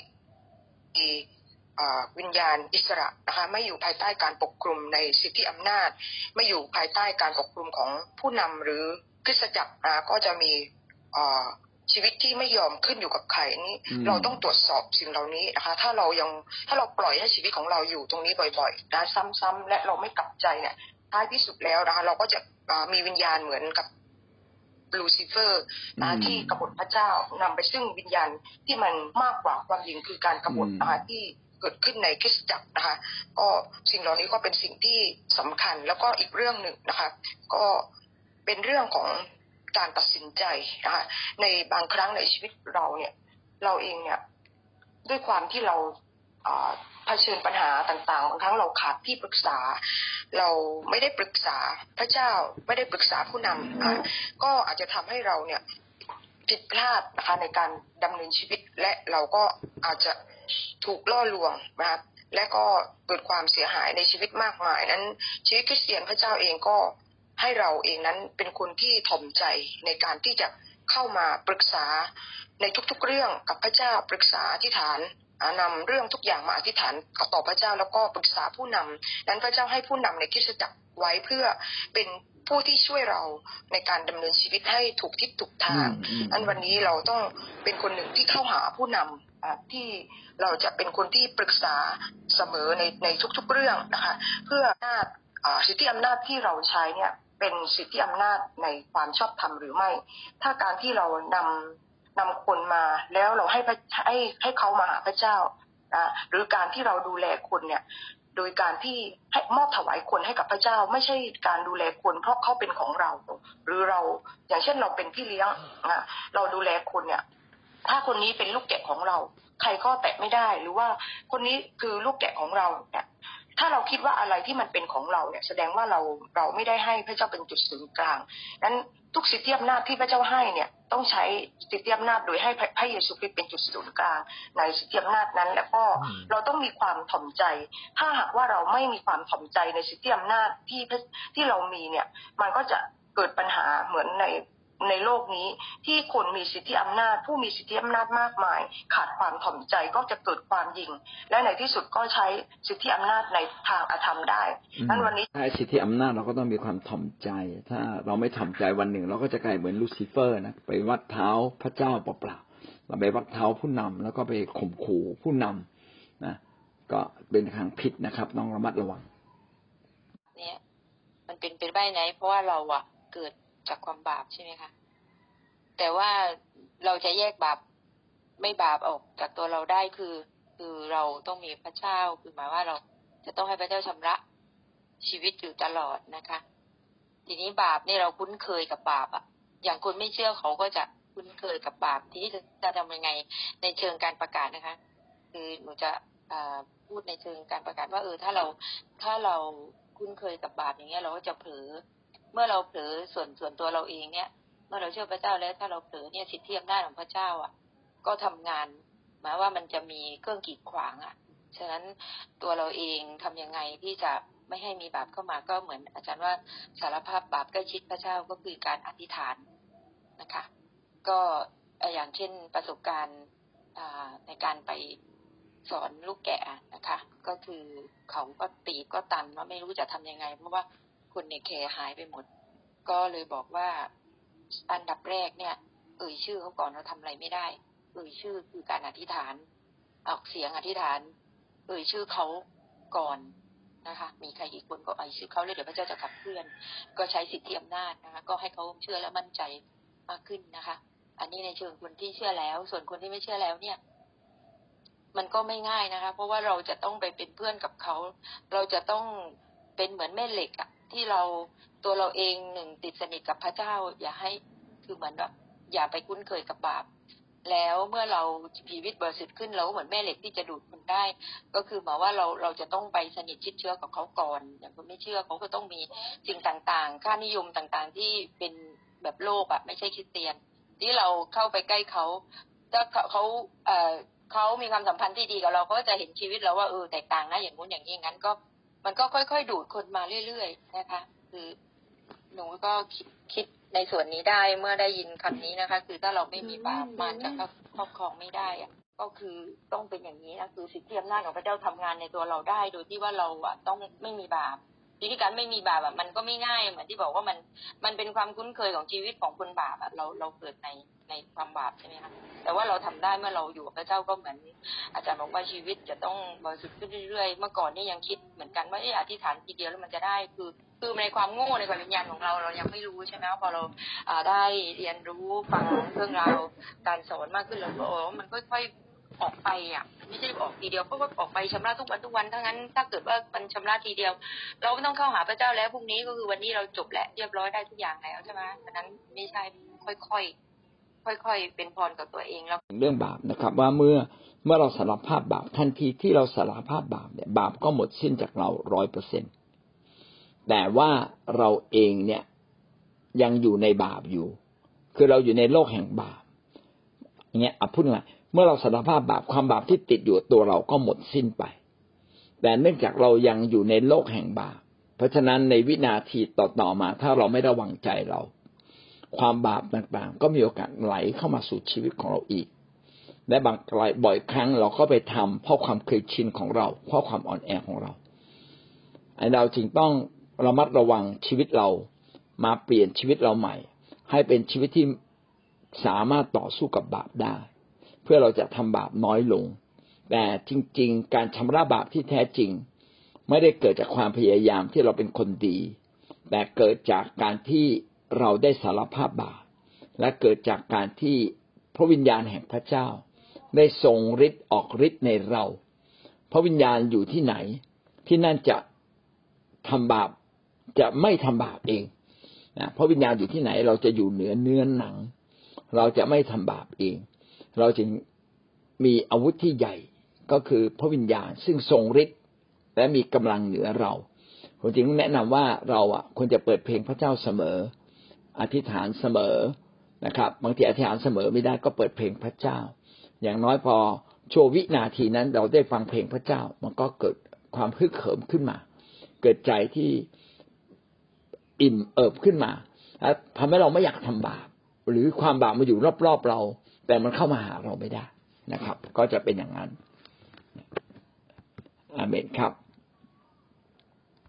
วิญญาณอิสระนะคะไม่อยู่ภายใต้การปกคลุมในสิทธิอำนาจไม่อยู่ภายใต้การปกคลุมของผู้นำหรือคริสตจักรนะก็จะมีชีวิตที่ไม่ยอมขึ้นอยู่กับใครนี่เราต้องตรวจสอบสิ่งเหล่านี้นะคะถ้าเรายังถ้าเราปล่อยให้ชีวิตของเราอยู่ตรงนี้บ่อยๆนะซ้ำๆและเราไม่กลับใจเนี่ยท้ายที่สุดแล้วนะคะเราก็จะมีวิญญาณเหมือนกับลูซิเฟอร์นะที่กบฏพระเจ้านำไปซึ่งวิญญาณที่มันมากกว่าความหยิ่งคือการกบฏนะคะที่เกิดขึ้นในคริสตจักรนะคะก็สิ่งเหล่านี้ก็เป็นสิ่งที่สำคัญแล้วก็อีกเรื่องหนึ่งนะคะก็เป็นเรื่องของการตัดสินใจนะคะในบางครั้งในชีวิตเราเนี่ยเราเองเนี่ยด้วยความที่เราเผชิญปัญหาต่างๆบางครั้งเราขาดที่ปรึกษาเราไม่ได้ปรึกษาพระเจ้าไม่ได้ปรึกษาผู้นำก็อาจจะทำให้เราเนี่ยผิดพลาดนะคะในการดำเนินชีวิตและเราก็อาจจะถูกล่อลวงนะคะและก็เกิดความเสียหายในชีวิตมากมายนั้นชีวิตคริสเตียนพระเจ้าเองก็ให้เราเองนั้นเป็นคนที่ถ่อมใจในการที่จะเข้ามาปรึกษาในทุกๆเรื่องกับพระเจ้าปรึกษาอธิษฐานนำเรื่องทุกอย่างมาอธิษฐานต่อพระเจ้าแล้วก็ปรึกษาผู้นำนั้นพระเจ้าให้ผู้นำในคริสตจักรไว้เพื่อเป็นผู้ที่ช่วยเราในการดำเนินชีวิตให้ถูกทิศถูกทางอันวันนี้เราต้องเป็นคนหนึ่งที่เข้าหาผู้นำที่เราจะเป็นคนที่ปรึกษาเสมอในในทุกๆเรื่องนะคะเพื่ออำนาจสิทธิอำนาจที่เราใช้เนี่ยเป็นสิทธิอำนาจในความชอบธรรมหรือไม่ถ้าการที่เรานำนำคนมาแล้วเราให้ให้ให้เขามาหาพระเจ้านะหรือการที่เราดูแลคนเนี่ยโดยการที่ให้มอบถวายคนให้กับพระเจ้าไม่ใช่การดูแลคนเพราะเขาเป็นของเราหรือเราอย่างเช่นเราเป็นพี่เลี้ยงนะเราดูแลคนเนี่ยถ้าคนนี้เป็นลูกแกะของเราใครก็แตะไม่ได้หรือว่าคนนี้คือลูกแกะของเราเนี่ยถ้าเราคิดว่าอะไรที่มันเป็นของเราเนี่ยแสดงว่าเราเราไม่ได้ให้พระเจ้าเป็นจุดศูนย์กลางนั้นทุกสิทธิอำนาจที่พระเจ้าให้เนี่ยต้องใช้สิทธิอำนาจโดยให้พระเยซูคริสต์เป็นจุดศูนย์กลางในสิทธิอำนาจนั้นแล้วก็เราต้องมีความถ่อมใจถ้าหากว่าเราไม่มีความถ่อมใจในสิทธิอำนาจที่ที่เรามีเนี่ยมันก็จะเกิดปัญหาเหมือนในในโลกนี้ที่คนมีสิทธิอำนาจผู้มีสิทธิอำนาจมากมายขาดความถ่อมใจก็จะเกิดความยิงและในที่สุดก็ใช้สิทธิอำนาจในทางอธรรมได้นั้นวันนี้ใช้สิทธิอำนาจเราก็ต้องมีความถ่อมใจถ้าเราไม่ถ่อมใจวันหนึ่งเราก็จะกลายเหมือนลูซิเฟอร์นะไปวัดเท้าพระเจ้าเปล่าๆเราไปวัดเท้าผู้นำแล้วก็ไปข่มขู่ผู้นำนะก็เป็นทางผิดนะครับต้องระมัดระวังเนี่ยมันเป็นไปได้ไหนเพราะว่าเราอะเกิดจากความบาปใช่ไหมคะแต่ว่าเราจะแยกบาปไม่บาปออกจากตัวเราได้คือคือเราต้องมีพระเจ้าคือหมายว่าเราจะต้องให้พระเจ้าชำระชีวิตอยู่ตลอดนะคะทีนี้บาปนี่เราคุ้นเคยกับบาปอะอย่างคนไม่เชื่อเขาก็จะคุ้นเคยกับบาปทีนี้จะทำยังไงในเชิงการประกาศนะคะคือหนูจะพูดในเชิงการประกาศว่าเออถ้าเราถ้าเราคุ้นเคยกับบาปอย่างเงี้ยเราก็จะเผลอเมื่อเราเผลอส่วนส่วนตัวเราเองเนี่ยเมื่อเราเชื่อพระเจ้าแล้วถ้าเราเผลอเนี่ยสิทธิอำนาจของพระเจ้าอ่ะก็ทำงานหมายว่ามันจะมีเครื่องกีดขวางอ่ะฉะนั้นตัวเราเองทำยังไงที่จะไม่ให้มีบาปเข้ามาก็เหมือนอาจารย์ว่าสารภาพบาปใกล้ชิดพระเจ้าก็คือการอธิษฐานนะคะก็อย่างเช่นประสบการณ์ในการไปสอนลูกแกะนะคะก็คือเขาก็ตีก็ตันว่าไม่รู้จะทำยังไงเพราะว่าคนในแคร์หายไปหมดก็เลยบอกว่าอันดับแรกเนี่ยเอ่ยชื่อเขาก่อนเราทำอะไรไม่ได้เอ่ยชื่อคือการอธิษฐานออกเสียงอธิษฐานเอ่ยชื่อเขาก่อนนะคะมีใครอีกคนก็เอ่ยชื่อเขาเลยเดี๋ยวพระเจ้าจะขับเคลื่อนก็ใช้สิทธิอำนาจนะคะก็ให้เขาเชื่อและมั่นใจมากขึ้นนะคะอันนี้ในเชิงคนที่เชื่อแล้วส่วนคนที่ไม่เชื่อแล้วเนี่ยมันก็ไม่ง่ายนะคะเพราะว่าเราจะต้องไปเป็นเพื่อนกับเขาเราจะต้องเป็นเหมือนแม่เหล็กอะที่เราตัวเราเองหนึ่งติดสนิทกับพระเจ้าอย่าให้คือเหมือนแบบอย่าไปคุ้นเคยกับบาปแล้วเมื่อเราชีวิตบริสุทธิ์ขึ้นเราก็เหมือนแม่เหล็กที่จะดูดคนได้ก็คือหมายว่าเราเราจะต้องไปสนิทชิดเชื้อกับเขาก่อนอย่างคนไม่เชื่อเขาก็ต้องมีสิ่งต่างๆค่านิยมต่างๆที่เป็นแบบโลกอะไม่ใช่คริสเตียนที่เราเข้าไปใกล้เขาถ้าเขาเอ่อเขามีความสัมพันธ์ที่ดีกับเราเขาก็จะเห็นชีวิตเราว่าเออแตกต่างนะอย่างนู้นอย่างนี้งั้นก็มันก็ค่อยๆดูดคนมาเรื่อยๆนะคะคือหนูก็คิดคิดในส่วนนี้ได้เมื่อได้ยินคำนี้นะคะคือถ้าเราไม่มีบาปมารจะครอบครองไม่ได้อะก็คือต้องเป็นอย่างนี้นะคือสิทธิอำนาจของพระเจ้าทำงานในตัวเราได้โดยที่ว่าเราอะต้องไม่มีบาปวิธีการไม่มีบาปอะมันก็ไม่ง่ายเหมือนที่บอกว่ามันมันเป็นความคุ้นเคยของชีวิตของคนบาปอะเราเราเกิดในในความบาปใช่ไหมคะแต่ว่าเราทำได้เมื่อเราอยู่กับพระเจ้าก็เหมือนอาจารย์บอกว่าชีวิตจะต้องบริสุทธิ์ขึ้นเรื่อยๆเมื่อก่อนนี่ยังคิดเหมือนกันว่าเอออธิษฐานทีเดียวแล้วมันจะได้คือคือในความโง่ในความวิญญาณของเราเรายังไม่รู้ใช่ไหมพอเราได้เรียนรู้ฟังเรื่องราวการสอนมากขึ้นเราก็โอ้มันค่อยๆออกไปอ่ะไม่ใช่ออกทีเดียวเพราะว่าออกไปชำระทุกวันทุกวันถ้างั้นถ้าเกิดว่ามันชำระทีเดียวเราไม่ต้องเข้าหาพระเจ้าแล้วพรุ่งนี้ก็คือวันนี้เราจบแล้วเรียบร้อยได้ทุกอย่างแล้วใช่ไหมฉะนั้นไม่ใช่ค่อยๆค่อยๆเป็นพรกับตัวเองแล้วเรื่องบาปนะครับว่าเมื่อเมื่อเราสารภาพบาปทันทีที่เราสารภาพบาปเนี่ยบาปก็หมดสิ้นจากเรา ร้อยเปอร์เซ็นต์ แต่ว่าเราเองเนี่ยยังอยู่ในบาปอยู่คือเราอยู่ในโลกแห่งบาปอย่างเงี้ยอ่ะพูดง่ายเมื่อเราสารภาพบาปความบาปที่ติดอยู่ตัวเราก็หมดสิ้นไปแต่เนื่องจากเรายังอยู่ในโลกแห่งบาปเพราะฉะนั้นในวินาทีต่อๆมาถ้าเราไม่ระวังใจเราความบาปต่างๆก็มีโอกาสไหลเข้ามาสู่ชีวิตของเราอีกและบางบ่อยครั้งเราก็ไปทำเพราะความเคยชินของเราเพราะความอ่อนแอของเราไอ้เราจึงต้องระมัดระวังชีวิตเรามาเปลี่ยนชีวิตเราใหม่ให้เป็นชีวิตที่สามารถต่อสู้กับบาปได้เพื่อเราจะทำบาปน้อยลงแต่จริงๆการชำระบาปที่แท้จริงไม่ได้เกิดจากความพยายามที่เราเป็นคนดีแต่เกิดจากการที่เราได้สารภาพบาปและเกิดจากการที่พระวิญญาณแห่งพระเจ้าได้ทรงฤทธิ์ออกฤทธิ์ในเราพระวิญญาณอยู่ที่ไหนที่นั่นจะทำบาปจะไม่ทำบาปเองนะพระวิญญาณอยู่ที่ไหนเราจะอยู่เหนือเนื้อหนังเราจะไม่ทำบาปเองเราจึงมีอาวุธที่ใหญ่ก็คือพระวิญญาณซึ่งทรงฤทธิ์และมีกำลังเหนือเราผมจึงแนะนำว่าเราอ่ะควรจะเปิดเพลงพระเจ้าเสมออธิษฐานเสมอนะครับบางทีอธิษฐานเสมอไม่ได้ก็เปิดเพลงพระเจ้าอย่างน้อยพอชั่ววินาทีนั้นเราได้ฟังเพลงพระเจ้ามันก็เกิดความฮึกเหิมขึ้นมาเกิดใจที่อิ่มเอิบขึ้นมาทำให้เราไม่อยากทำบาปหรือความบาปมาอยู่รอบๆเราแต่มันเข้ามาหาเราไม่ได้นะครับก็จะเป็นอย่างนั้นอาเมนครับ